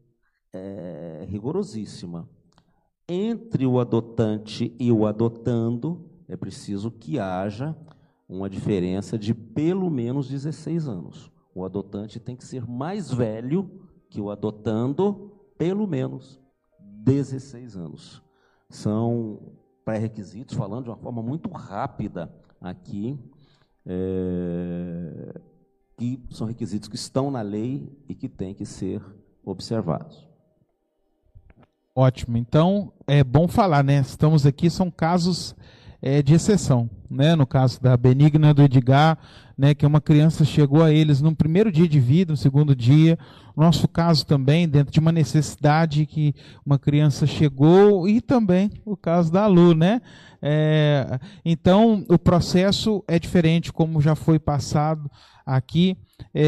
é rigorosíssima. Entre o adotante e o adotando, é preciso que haja uma diferença de pelo menos dezesseis anos. o adotante tem que ser mais velho que o adotando, pelo menos dezesseis anos. São pré-requisitos, falando de uma forma muito rápida aqui, é, que são requisitos que estão na lei e que têm que ser observados. Ótimo. Então, é bom falar, né? Estamos aqui, são casos é, de exceção, né? No caso da Benigna, do Edgar, né? Que uma criança chegou a eles no primeiro dia de vida, no segundo dia. Nosso caso também, dentro de uma necessidade que uma criança chegou, e também o caso da Lu, né? É, então, o processo é diferente, como já foi passado aqui.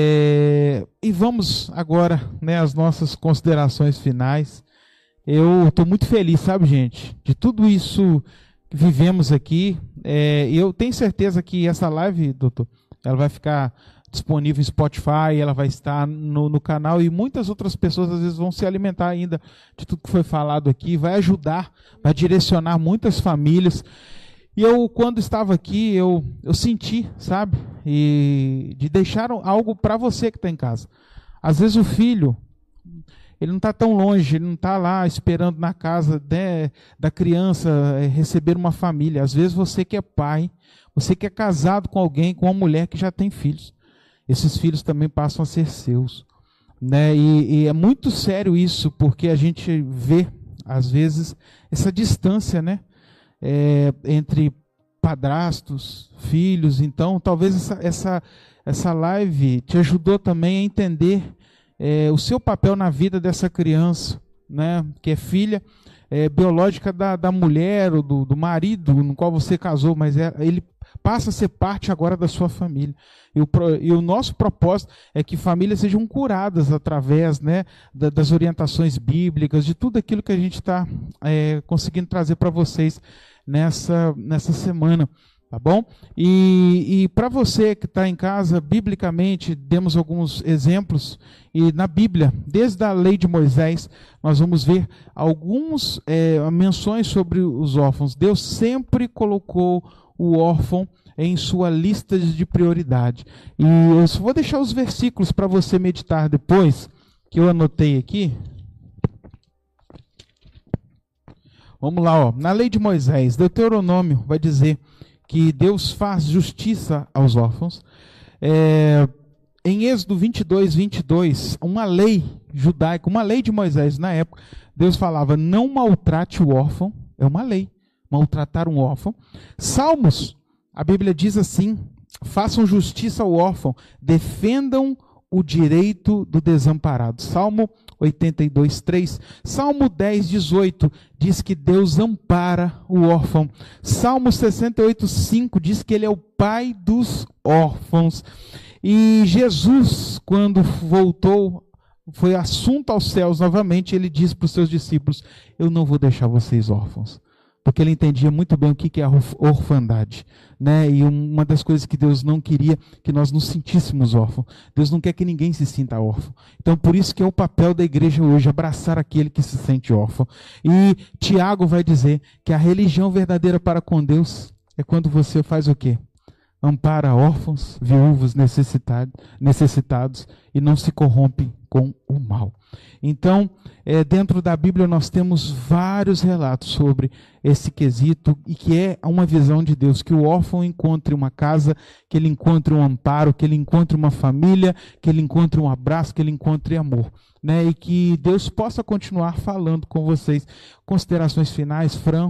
É, e vamos agora, né, às nossas considerações finais. Eu estou muito feliz, sabe, gente, de tudo isso que vivemos aqui. É, eu tenho certeza que essa live, doutor, ela vai ficar disponível em Spotify, ela vai estar no, no canal, e muitas outras pessoas às vezes vão se alimentar ainda de tudo que foi falado aqui, vai ajudar, vai direcionar muitas famílias. E eu, quando estava aqui, eu, eu senti, sabe, e de deixar algo para você que está em casa. Às vezes o filho, ele não está tão longe, ele não está lá esperando na casa, né, da criança é, receber uma família. Às vezes você que é pai, você que é casado com alguém, com uma mulher que já tem filhos, esses filhos também passam a ser seus, né? E, e é muito sério isso, porque a gente vê, às vezes, essa distância, né, é, entre padrastos, filhos. Então, talvez essa, essa, essa live te ajudou também a entender É, o seu papel na vida dessa criança, né, que é filha é, biológica da, da mulher ou do, do marido no qual você casou, mas é, ele passa a ser parte agora da sua família. E o, e o nosso propósito é que famílias sejam curadas através, né, da, das orientações bíblicas, de tudo aquilo que a gente está é, conseguindo trazer para vocês nessa, nessa semana. Tá bom? E, e para você que está em casa, biblicamente, demos alguns exemplos, e na Bíblia, desde a lei de Moisés, nós vamos ver algumas é, menções sobre os órfãos. Deus sempre colocou o órfão em sua lista de prioridade. E eu só vou deixar os versículos para você meditar depois, que eu anotei aqui. Vamos lá, ó. Na lei de Moisés, Deuteronômio vai dizer que Deus faz justiça aos órfãos. É, em Êxodo vinte e dois, vinte e dois, uma lei judaica, uma lei de Moisés na época, Deus falava, não maltrate o órfão, é uma lei, maltratar um órfão. Salmos, a Bíblia diz assim, façam justiça ao órfão, defendam o direito do desamparado. Salmo oitenta e dois, três. Salmo dez, dezoito diz que Deus ampara o órfão. Salmo sessenta e oito, cinco diz que Ele é o pai dos órfãos. E Jesus, quando voltou, foi assunto aos céus novamente, Ele disse para os seus discípulos, eu não vou deixar vocês órfãos. Porque Ele entendia muito bem o que é a orfandade, né? E uma das coisas que Deus não queria, que nós nos sentíssemos órfãos. Deus não quer que ninguém se sinta órfão. Então, por isso que é o papel da igreja hoje, abraçar aquele que se sente órfão. E Tiago vai dizer que a religião verdadeira para com Deus é quando você faz o quê? Ampara órfãos, viúvos, necessitados, necessitados e não se corrompe com o mal. Então, é, dentro da Bíblia nós temos vários relatos sobre esse quesito e que é uma visão de Deus, que o órfão encontre uma casa, que ele encontre um amparo, que ele encontre uma família, que ele encontre um abraço, que ele encontre amor, né? E que Deus possa continuar falando com vocês. Considerações finais, Fran?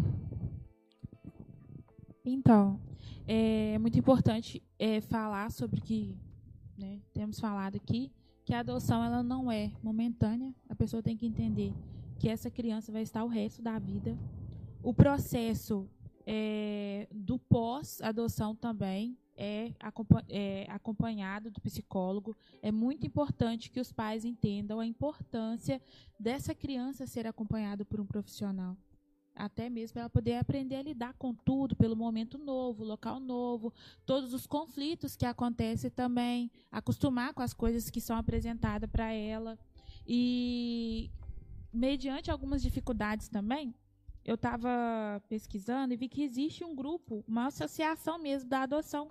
Então, é muito importante é, falar sobre que, né, temos falado aqui, que a adoção ela não é momentânea. A pessoa tem que entender que essa criança vai estar o resto da vida. O processo é, do pós-adoção também é, é acompanhado do psicólogo. É muito importante que os pais entendam a importância dessa criança ser acompanhada por um profissional. Até mesmo para ela poder aprender a lidar com tudo, pelo momento novo, local novo, todos os conflitos que acontecem também, acostumar com as coisas que são apresentadas para ela. E, mediante algumas dificuldades também, eu estava pesquisando e vi que existe um grupo, uma associação mesmo da adoção,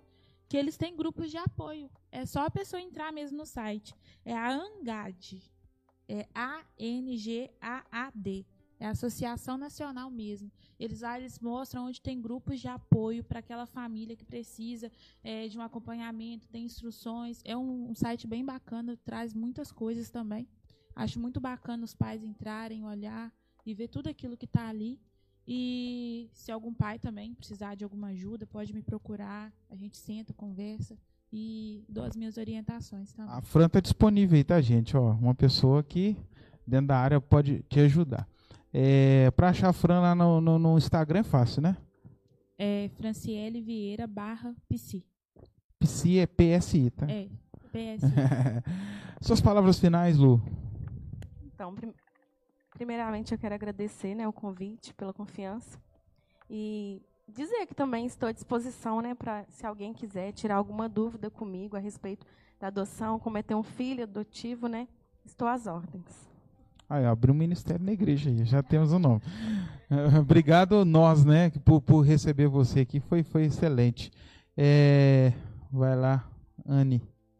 que eles têm grupos de apoio. É só a pessoa entrar mesmo no site. É a ANGAD. É A N G A A D. É a Associação Nacional mesmo. Eles lá eles mostram onde tem grupos de apoio para aquela família que precisa é, de um acompanhamento, tem instruções. É um, um site bem bacana, traz muitas coisas também. Acho muito bacana os pais entrarem, olhar e ver tudo aquilo que está ali. E se algum pai também precisar de alguma ajuda, pode me procurar. A gente senta, conversa e dou as minhas orientações também. A Fran está disponível aí, tá, gente? Ó, uma pessoa que dentro da área pode te ajudar. É, para achar a Fran lá no, no, no Instagram é fácil, né? É Franciele Vieira barra Psi. Psi é P S I, tá? É, P S I. Suas palavras finais, Lu. Então, prim primeiramente eu quero agradecer, né, o convite, pela confiança. E dizer que também estou à disposição, né, para se alguém quiser tirar alguma dúvida comigo a respeito da adoção, como é ter um filho adotivo, né, estou às ordens. Aí, abriu um ministério na igreja aí, já temos o nome. Obrigado nós, né, por, por receber você aqui, foi, foi excelente. É, vai lá, Anne.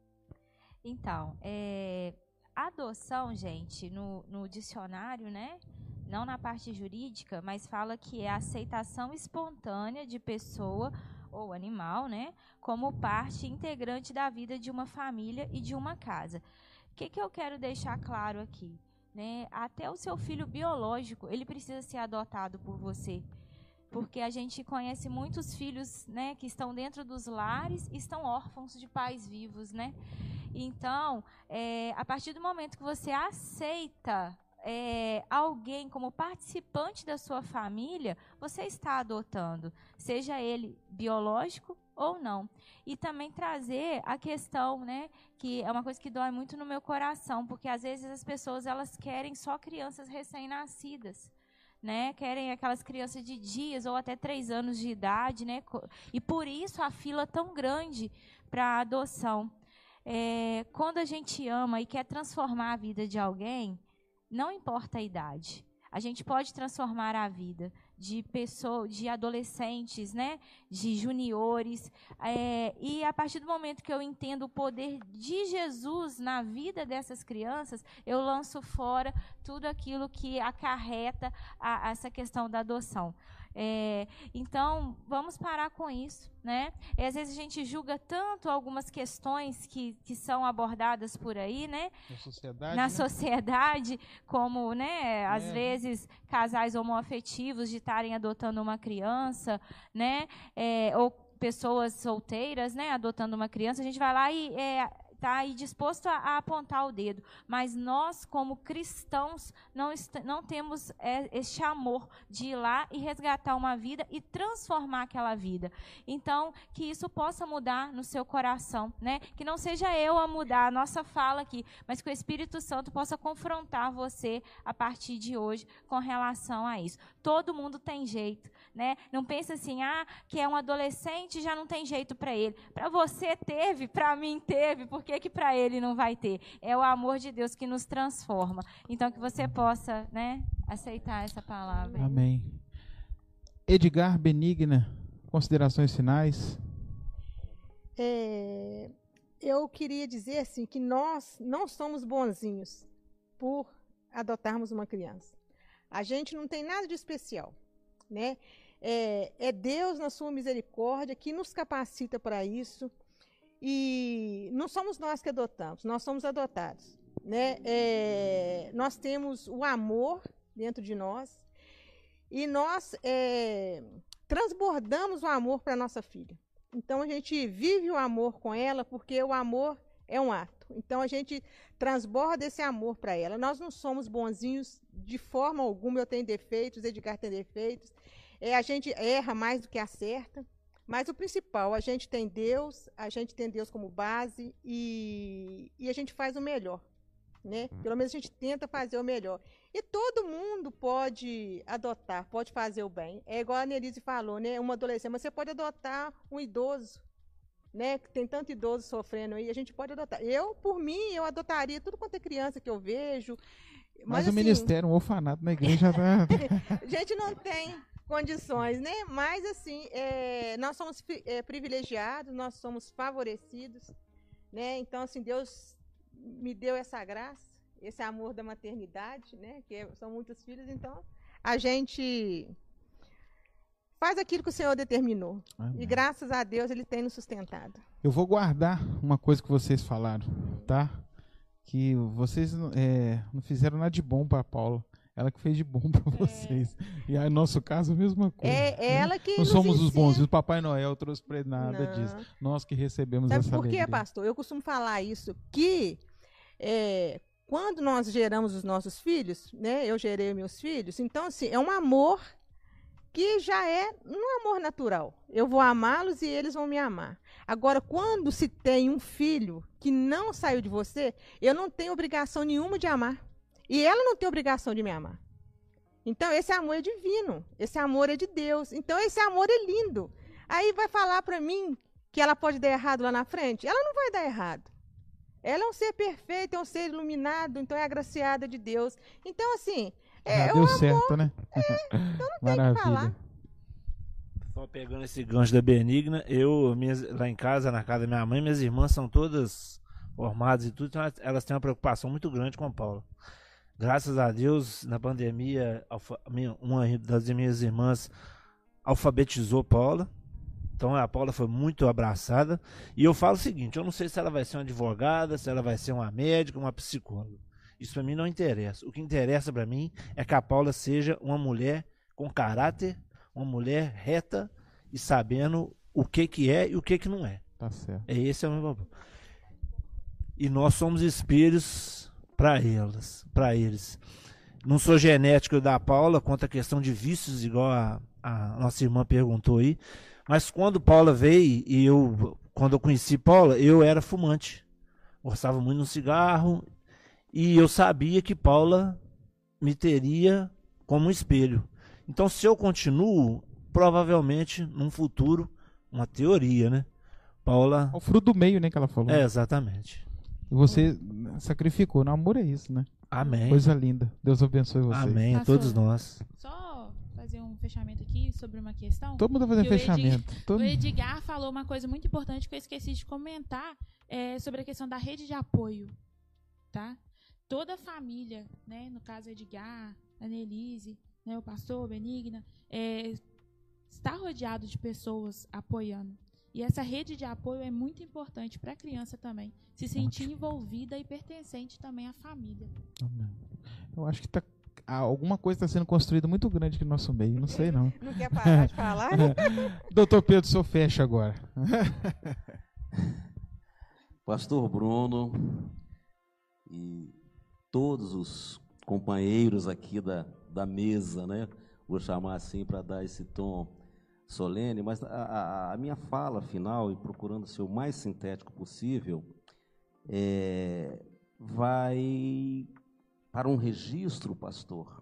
Então, é, a adoção, gente, no, no dicionário, né, não na parte jurídica, mas fala que é a aceitação espontânea de pessoa ou animal, né, como parte integrante da vida de uma família e de uma casa. O que, que eu quero deixar claro aqui? Né, até o seu filho biológico, ele precisa ser adotado por você. Porque a gente conhece muitos filhos, né, que estão dentro dos lares e estão órfãos de pais vivos, né? Então, é, a partir do momento que você aceita é, alguém como participante da sua família, você está adotando, seja ele biológico ou não. E também trazer a questão, né, que é uma coisa que dói muito no meu coração, porque às vezes as pessoas elas querem só crianças recém-nascidas, né, querem aquelas crianças de dias ou até três anos de idade, né, e por isso a fila tão grande para a adoção. É, quando a gente ama e quer transformar a vida de alguém, não importa a idade, a gente pode transformar a vida de pessoas, de adolescentes, né, de juniores, é, e a partir do momento que eu entendo o poder de Jesus na vida dessas crianças, eu lanço fora tudo aquilo que acarreta a, a essa questão da adoção. É, então, vamos parar com isso, né? E, às vezes a gente julga tanto algumas questões que, que são abordadas por aí, né? Na sociedade, Na né? sociedade, como, né, às É. vezes, casais homoafetivos de estarem adotando uma criança, né? É, ou pessoas solteiras, né, adotando uma criança. A gente vai lá e... É, está aí disposto a, a apontar o dedo, mas nós, como cristãos, não, não temos é, este amor de ir lá e resgatar uma vida e transformar aquela vida. Então, que isso possa mudar no seu coração, né? Que não seja eu a mudar a nossa fala aqui, mas que o Espírito Santo possa confrontar você a partir de hoje com relação a isso. Todo mundo tem jeito, né? Não pensa assim, ah, que é um adolescente já não tem jeito para ele. Para você teve, para mim teve, por que que para ele não vai ter? É o amor de Deus que nos transforma. Então, que você possa, né, aceitar essa palavra. Amém. Edgar Benigna, considerações finais? É, eu queria dizer assim que nós não somos bonzinhos por adotarmos uma criança. A gente não tem nada de especial, né? É, é Deus, na sua misericórdia, que nos capacita para isso. E não somos nós que adotamos, nós somos adotados, né? É, nós temos o amor dentro de nós e nós é, transbordamos o amor para a nossa filha. Então, a gente vive o amor com ela porque o amor é um ato. Então, a gente transborda esse amor para ela. Nós não somos bonzinhos de forma alguma. Eu tenho defeitos, Edgar tem defeitos. É, a gente erra mais do que acerta. Mas o principal, a gente tem Deus, a gente tem Deus como base e, e a gente faz o melhor, né? Pelo menos a gente tenta fazer o melhor. E todo mundo pode adotar, pode fazer o bem. É igual a Nelise falou, né? Uma adolescente, mas você pode adotar um idoso, né? Tem tanto idoso sofrendo aí, a gente pode adotar. Eu, por mim, eu adotaria tudo quanto é criança que eu vejo. Mas, Mas o assim, ministério, um orfanato na igreja... Tá... a gente não tem... condições, né? Mas, assim, é, nós somos é, privilegiados, nós somos favorecidos, né? Então, assim, Deus me deu essa graça, esse amor da maternidade, né? Que é, são muitos filhos, então a gente faz aquilo que o Senhor determinou. Amém. E graças a Deus Ele tem nos sustentado. Eu vou guardar uma coisa que vocês falaram, tá? Que vocês é, não fizeram nada de bom para a Paula. Ela que fez de bom para vocês. É. E aí, no nosso caso, a mesma coisa. É né? Ela que Não nos somos ensina. os bons. O Papai Noel trouxe para nada não. disso. Nós que recebemos Sabe essa por quê, alegria. pastor? Eu costumo falar isso, que é, quando nós geramos os nossos filhos, né? Eu gerei meus filhos, então, assim, é um amor que já é um amor natural. Eu vou amá-los e eles vão me amar. Agora, quando se tem um filho que não saiu de você, eu não tenho obrigação nenhuma de amar. E ela não tem obrigação de me amar. Então, esse amor é divino. Esse amor é de Deus. Então, esse amor é lindo. Aí vai falar para mim que ela pode dar errado lá na frente? Ela não vai dar errado. Ela é um ser perfeito, é um ser iluminado, então é agraciada de Deus. Então, assim... É, Já deu amor, certo, né? É, então não Maravilha. tem o que falar. Só pegando esse gancho da Benigna, eu, minhas, lá em casa, na casa da minha mãe, minhas irmãs são todas formadas e tudo, então elas têm uma preocupação muito grande com a Paula. Graças a Deus, na pandemia, uma das minhas irmãs alfabetizou Paula. Então a Paula foi muito abraçada. E eu falo o seguinte, eu não sei se ela vai ser uma advogada, se ela vai ser uma médica, uma psicóloga. Isso para mim não interessa. O que interessa para mim é que a Paula seja uma mulher com caráter, uma mulher reta e sabendo o que que é e o que que não é. Tá certo. É esse é o meu papel. E nós somos espelhos para elas, para eles. Não sou genético da Paula quanto à questão de vícios, igual a, a nossa irmã perguntou aí. Mas quando Paula veio e eu, quando eu conheci Paula, eu era fumante. Gostava muito no cigarro. E eu sabia que Paula me teria como um espelho. Então, se eu continuo, provavelmente, num futuro, uma teoria, né? Paula... É o fruto do meio, né, que ela falou. É, exatamente. E você sacrificou. No amor é isso, né? Amém. Coisa linda. Deus abençoe vocês. Amém, a todos nós. Só fazer um fechamento aqui sobre uma questão. Todo mundo vai fazer fechamento. O, Todo... o Edgar falou uma coisa muito importante que eu esqueci de comentar é, sobre a questão da rede de apoio, tá? Toda a família, né, no caso Edgar, a Nelise, né, o pastor, Benigna, é, está rodeado de pessoas apoiando. E essa rede de apoio é muito importante para a criança também, se sentir Ótimo. envolvida e pertencente também à família. Eu acho que tá, alguma coisa está sendo construída muito grande aqui no nosso meio, não sei não. Não quer parar de falar? Doutor Pedro, o senhor fecha agora. Pastor Bruno e todos os companheiros aqui da, da mesa, né? Vou chamar assim para dar esse tom solene, mas a, a, a minha fala final, e procurando ser o mais sintético possível, é, vai para um registro, pastor,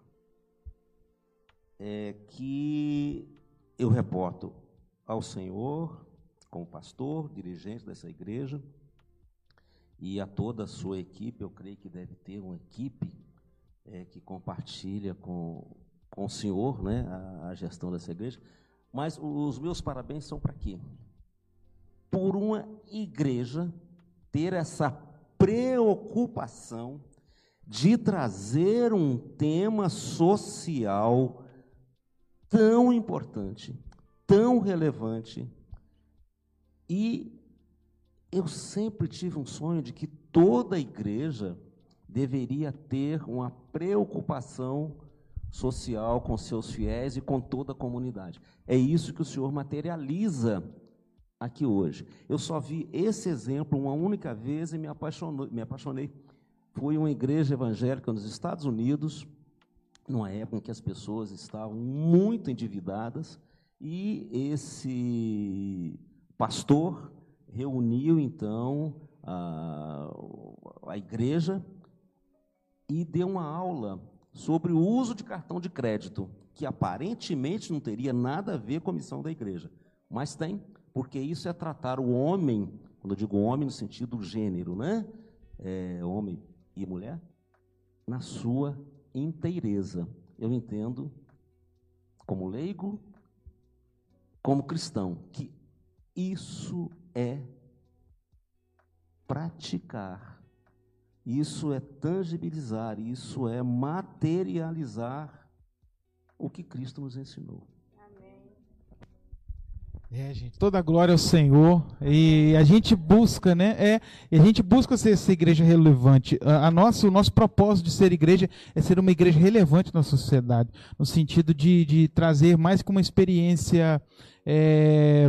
é, que eu reporto ao Senhor, como pastor, dirigente dessa igreja, e a toda a sua equipe. Eu creio que deve ter uma equipe é, que compartilha com, com o senhor, né, a, a gestão dessa igreja. Mas os meus parabéns são para quê? Por uma igreja ter essa preocupação de trazer um tema social tão importante, tão relevante. E eu sempre tive um sonho de que toda igreja deveria ter uma preocupação social com seus fiéis e com toda a comunidade. É isso que o Senhor materializa aqui hoje. Eu só vi esse exemplo uma única vez e me apaixonou, me apaixonei. Fui uma igreja evangélica nos Estados Unidos, numa época em que as pessoas estavam muito endividadas, e esse pastor reuniu, então, a, a igreja e deu uma aula sobre o uso de cartão de crédito, que aparentemente não teria nada a ver com a missão da igreja, mas tem, porque isso é tratar o homem, quando eu digo homem no sentido do gênero, né? É, homem e mulher, na sua inteireza. Eu entendo como leigo, como cristão, que isso é praticar, isso é tangibilizar, isso é materializar o que Cristo nos ensinou. É, gente, toda a glória ao Senhor, e a gente busca, né, é, e a gente busca ser essa igreja relevante. A, a nossa, o nosso propósito de ser igreja é ser uma igreja relevante na sociedade, no sentido de, de trazer mais que uma experiência, é,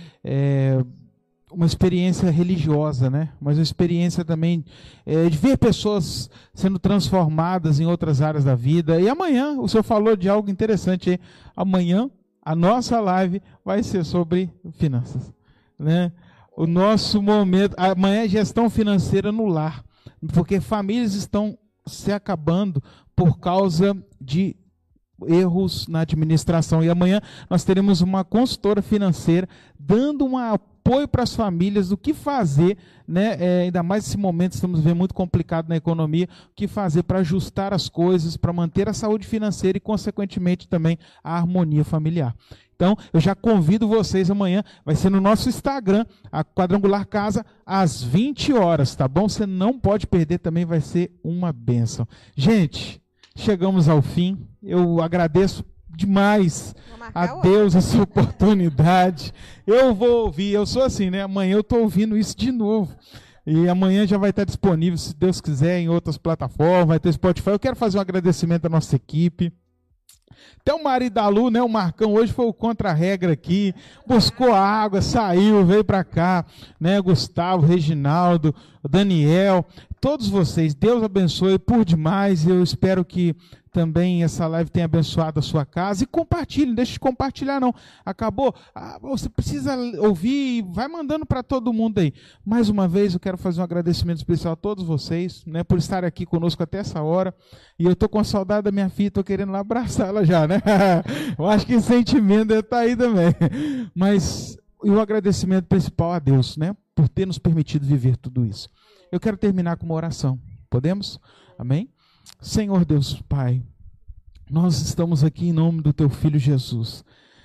é, uma experiência religiosa, né, mas uma experiência também é, de ver pessoas sendo transformadas em outras áreas da vida. E amanhã, o senhor falou de algo interessante aí, amanhã, a nossa live vai ser sobre finanças, né? O nosso momento, amanhã é gestão financeira no lar, porque famílias estão se acabando por causa de erros na administração. E amanhã nós teremos uma consultora financeira dando um apoio para as famílias do que fazer, né? É, ainda mais nesse momento estamos vendo muito complicado na economia, o que fazer para ajustar as coisas, para manter a saúde financeira e, consequentemente, também a harmonia familiar. Então, eu já convido vocês amanhã, vai ser no nosso Instagram, a Quadrangular Casa, às vinte horas, tá bom? Você não pode perder, também vai ser uma bênção. Gente, chegamos ao fim, eu agradeço demais a Deus essa oportunidade. Eu vou ouvir, eu sou assim, né? Amanhã eu estou ouvindo isso de novo. E amanhã já vai estar disponível, se Deus quiser, em outras plataformas, vai ter Spotify. Eu quero fazer um agradecimento à nossa equipe. Até o marido da Lu, né, o Marcão, hoje foi o contra-regra aqui, buscou água, saiu, veio para cá, né, Gustavo, Reginaldo, Daniel, todos vocês, Deus abençoe por demais. Eu espero que também essa live tenha abençoado a sua casa, e compartilhe, não deixe de compartilhar não. Acabou? Ah, você precisa ouvir, vai mandando para todo mundo aí. Mais uma vez eu quero fazer um agradecimento especial a todos vocês, né, por estarem aqui conosco até essa hora, e eu estou com saudade da minha filha, estou querendo lá abraçar ela já, né? Eu acho que o sentimento deve estar aí também. Mas e o agradecimento principal a Deus, né, por ter nos permitido viver tudo isso. Eu quero terminar com uma oração. Podemos? Amém? Senhor Deus Pai, nós estamos aqui em nome do Teu Filho Jesus,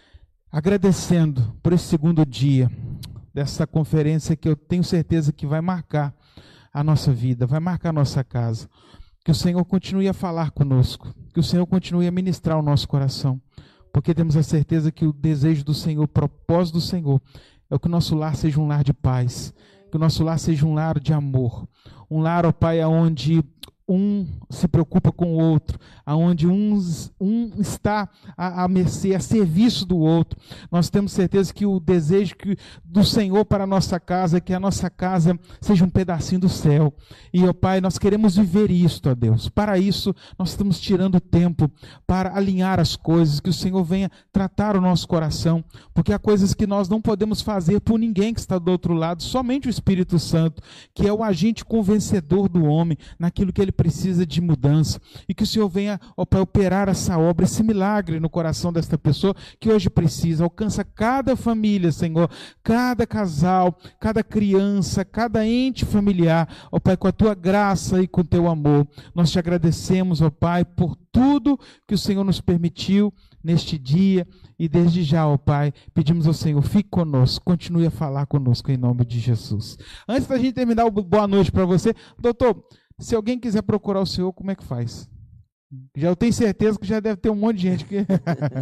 agradecendo por esse segundo dia dessa conferência que eu tenho certeza que vai marcar a nossa vida, vai marcar a nossa casa. Que o Senhor continue a falar conosco, que o Senhor continue a ministrar o nosso coração, porque temos a certeza que o desejo do Senhor, o propósito do Senhor, é que o nosso lar seja um lar de paz, que o nosso lar seja um lar de amor, um lar, ó Pai, onde um se preocupa com o outro, aonde um, um está à, à mercê, a serviço do outro. Nós temos certeza que o desejo que, do Senhor para a nossa casa é que a nossa casa seja um pedacinho do céu. E, ó Pai, nós queremos viver isto, ó Deus. Para isso, nós estamos tirando tempo para alinhar as coisas, que o Senhor venha tratar o nosso coração, porque há coisas que nós não podemos fazer por ninguém que está do outro lado, somente o Espírito Santo, que é o agente convencedor do homem naquilo que ele precisa de mudança, e que o Senhor venha, ó Pai, operar essa obra, esse milagre no coração desta pessoa que hoje precisa. Alcança cada família, Senhor, cada casal, cada criança, cada ente familiar, ó Pai, com a Tua graça e com o Teu amor. Nós te agradecemos, ó Pai, por tudo que o Senhor nos permitiu neste dia, e desde já, ó Pai, pedimos ao Senhor, fique conosco, continue a falar conosco em nome de Jesus. Antes da gente terminar, boa noite para você, doutor. Se alguém quiser procurar o Senhor, como é que faz? Já eu tenho certeza que já deve ter um monte de gente que...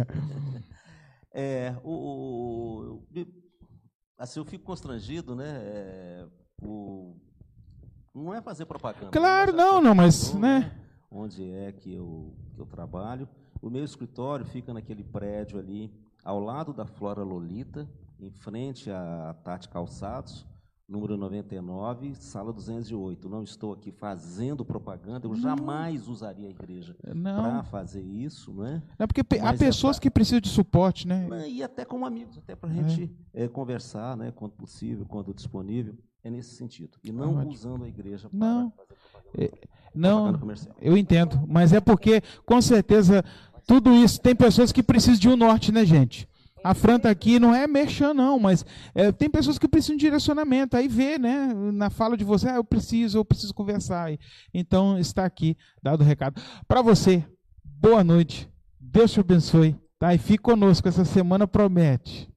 é, o, assim, eu fico constrangido, né? É, o, não é fazer propaganda. Claro, não, não, mas... né? Onde é que eu, que eu trabalho. O meu escritório fica naquele prédio ali, ao lado da Flora Lolita, em frente à Tati Calçados, número noventa e nove, sala duzentos e oito. Não estou aqui fazendo propaganda, eu jamais usaria a igreja para fazer isso, não é? É porque Mas há pessoas é pra... que precisam de suporte, né? E até como amigos, até para a gente é. É, conversar, né, quando possível, quando disponível, é nesse sentido. E não ah, usando a igreja para não. fazer propaganda, é, não, propaganda comercial. Eu entendo, mas é porque, com certeza, tudo isso, tem pessoas que precisam de um norte, né, gente? A Fran está aqui, não é merchan não, mas é, tem pessoas que precisam de direcionamento, aí vê, né, na fala de você, ah, eu preciso, eu preciso conversar. Então, está aqui, dado o recado. Para você, boa noite, Deus te abençoe Tá? E fique conosco, essa semana promete.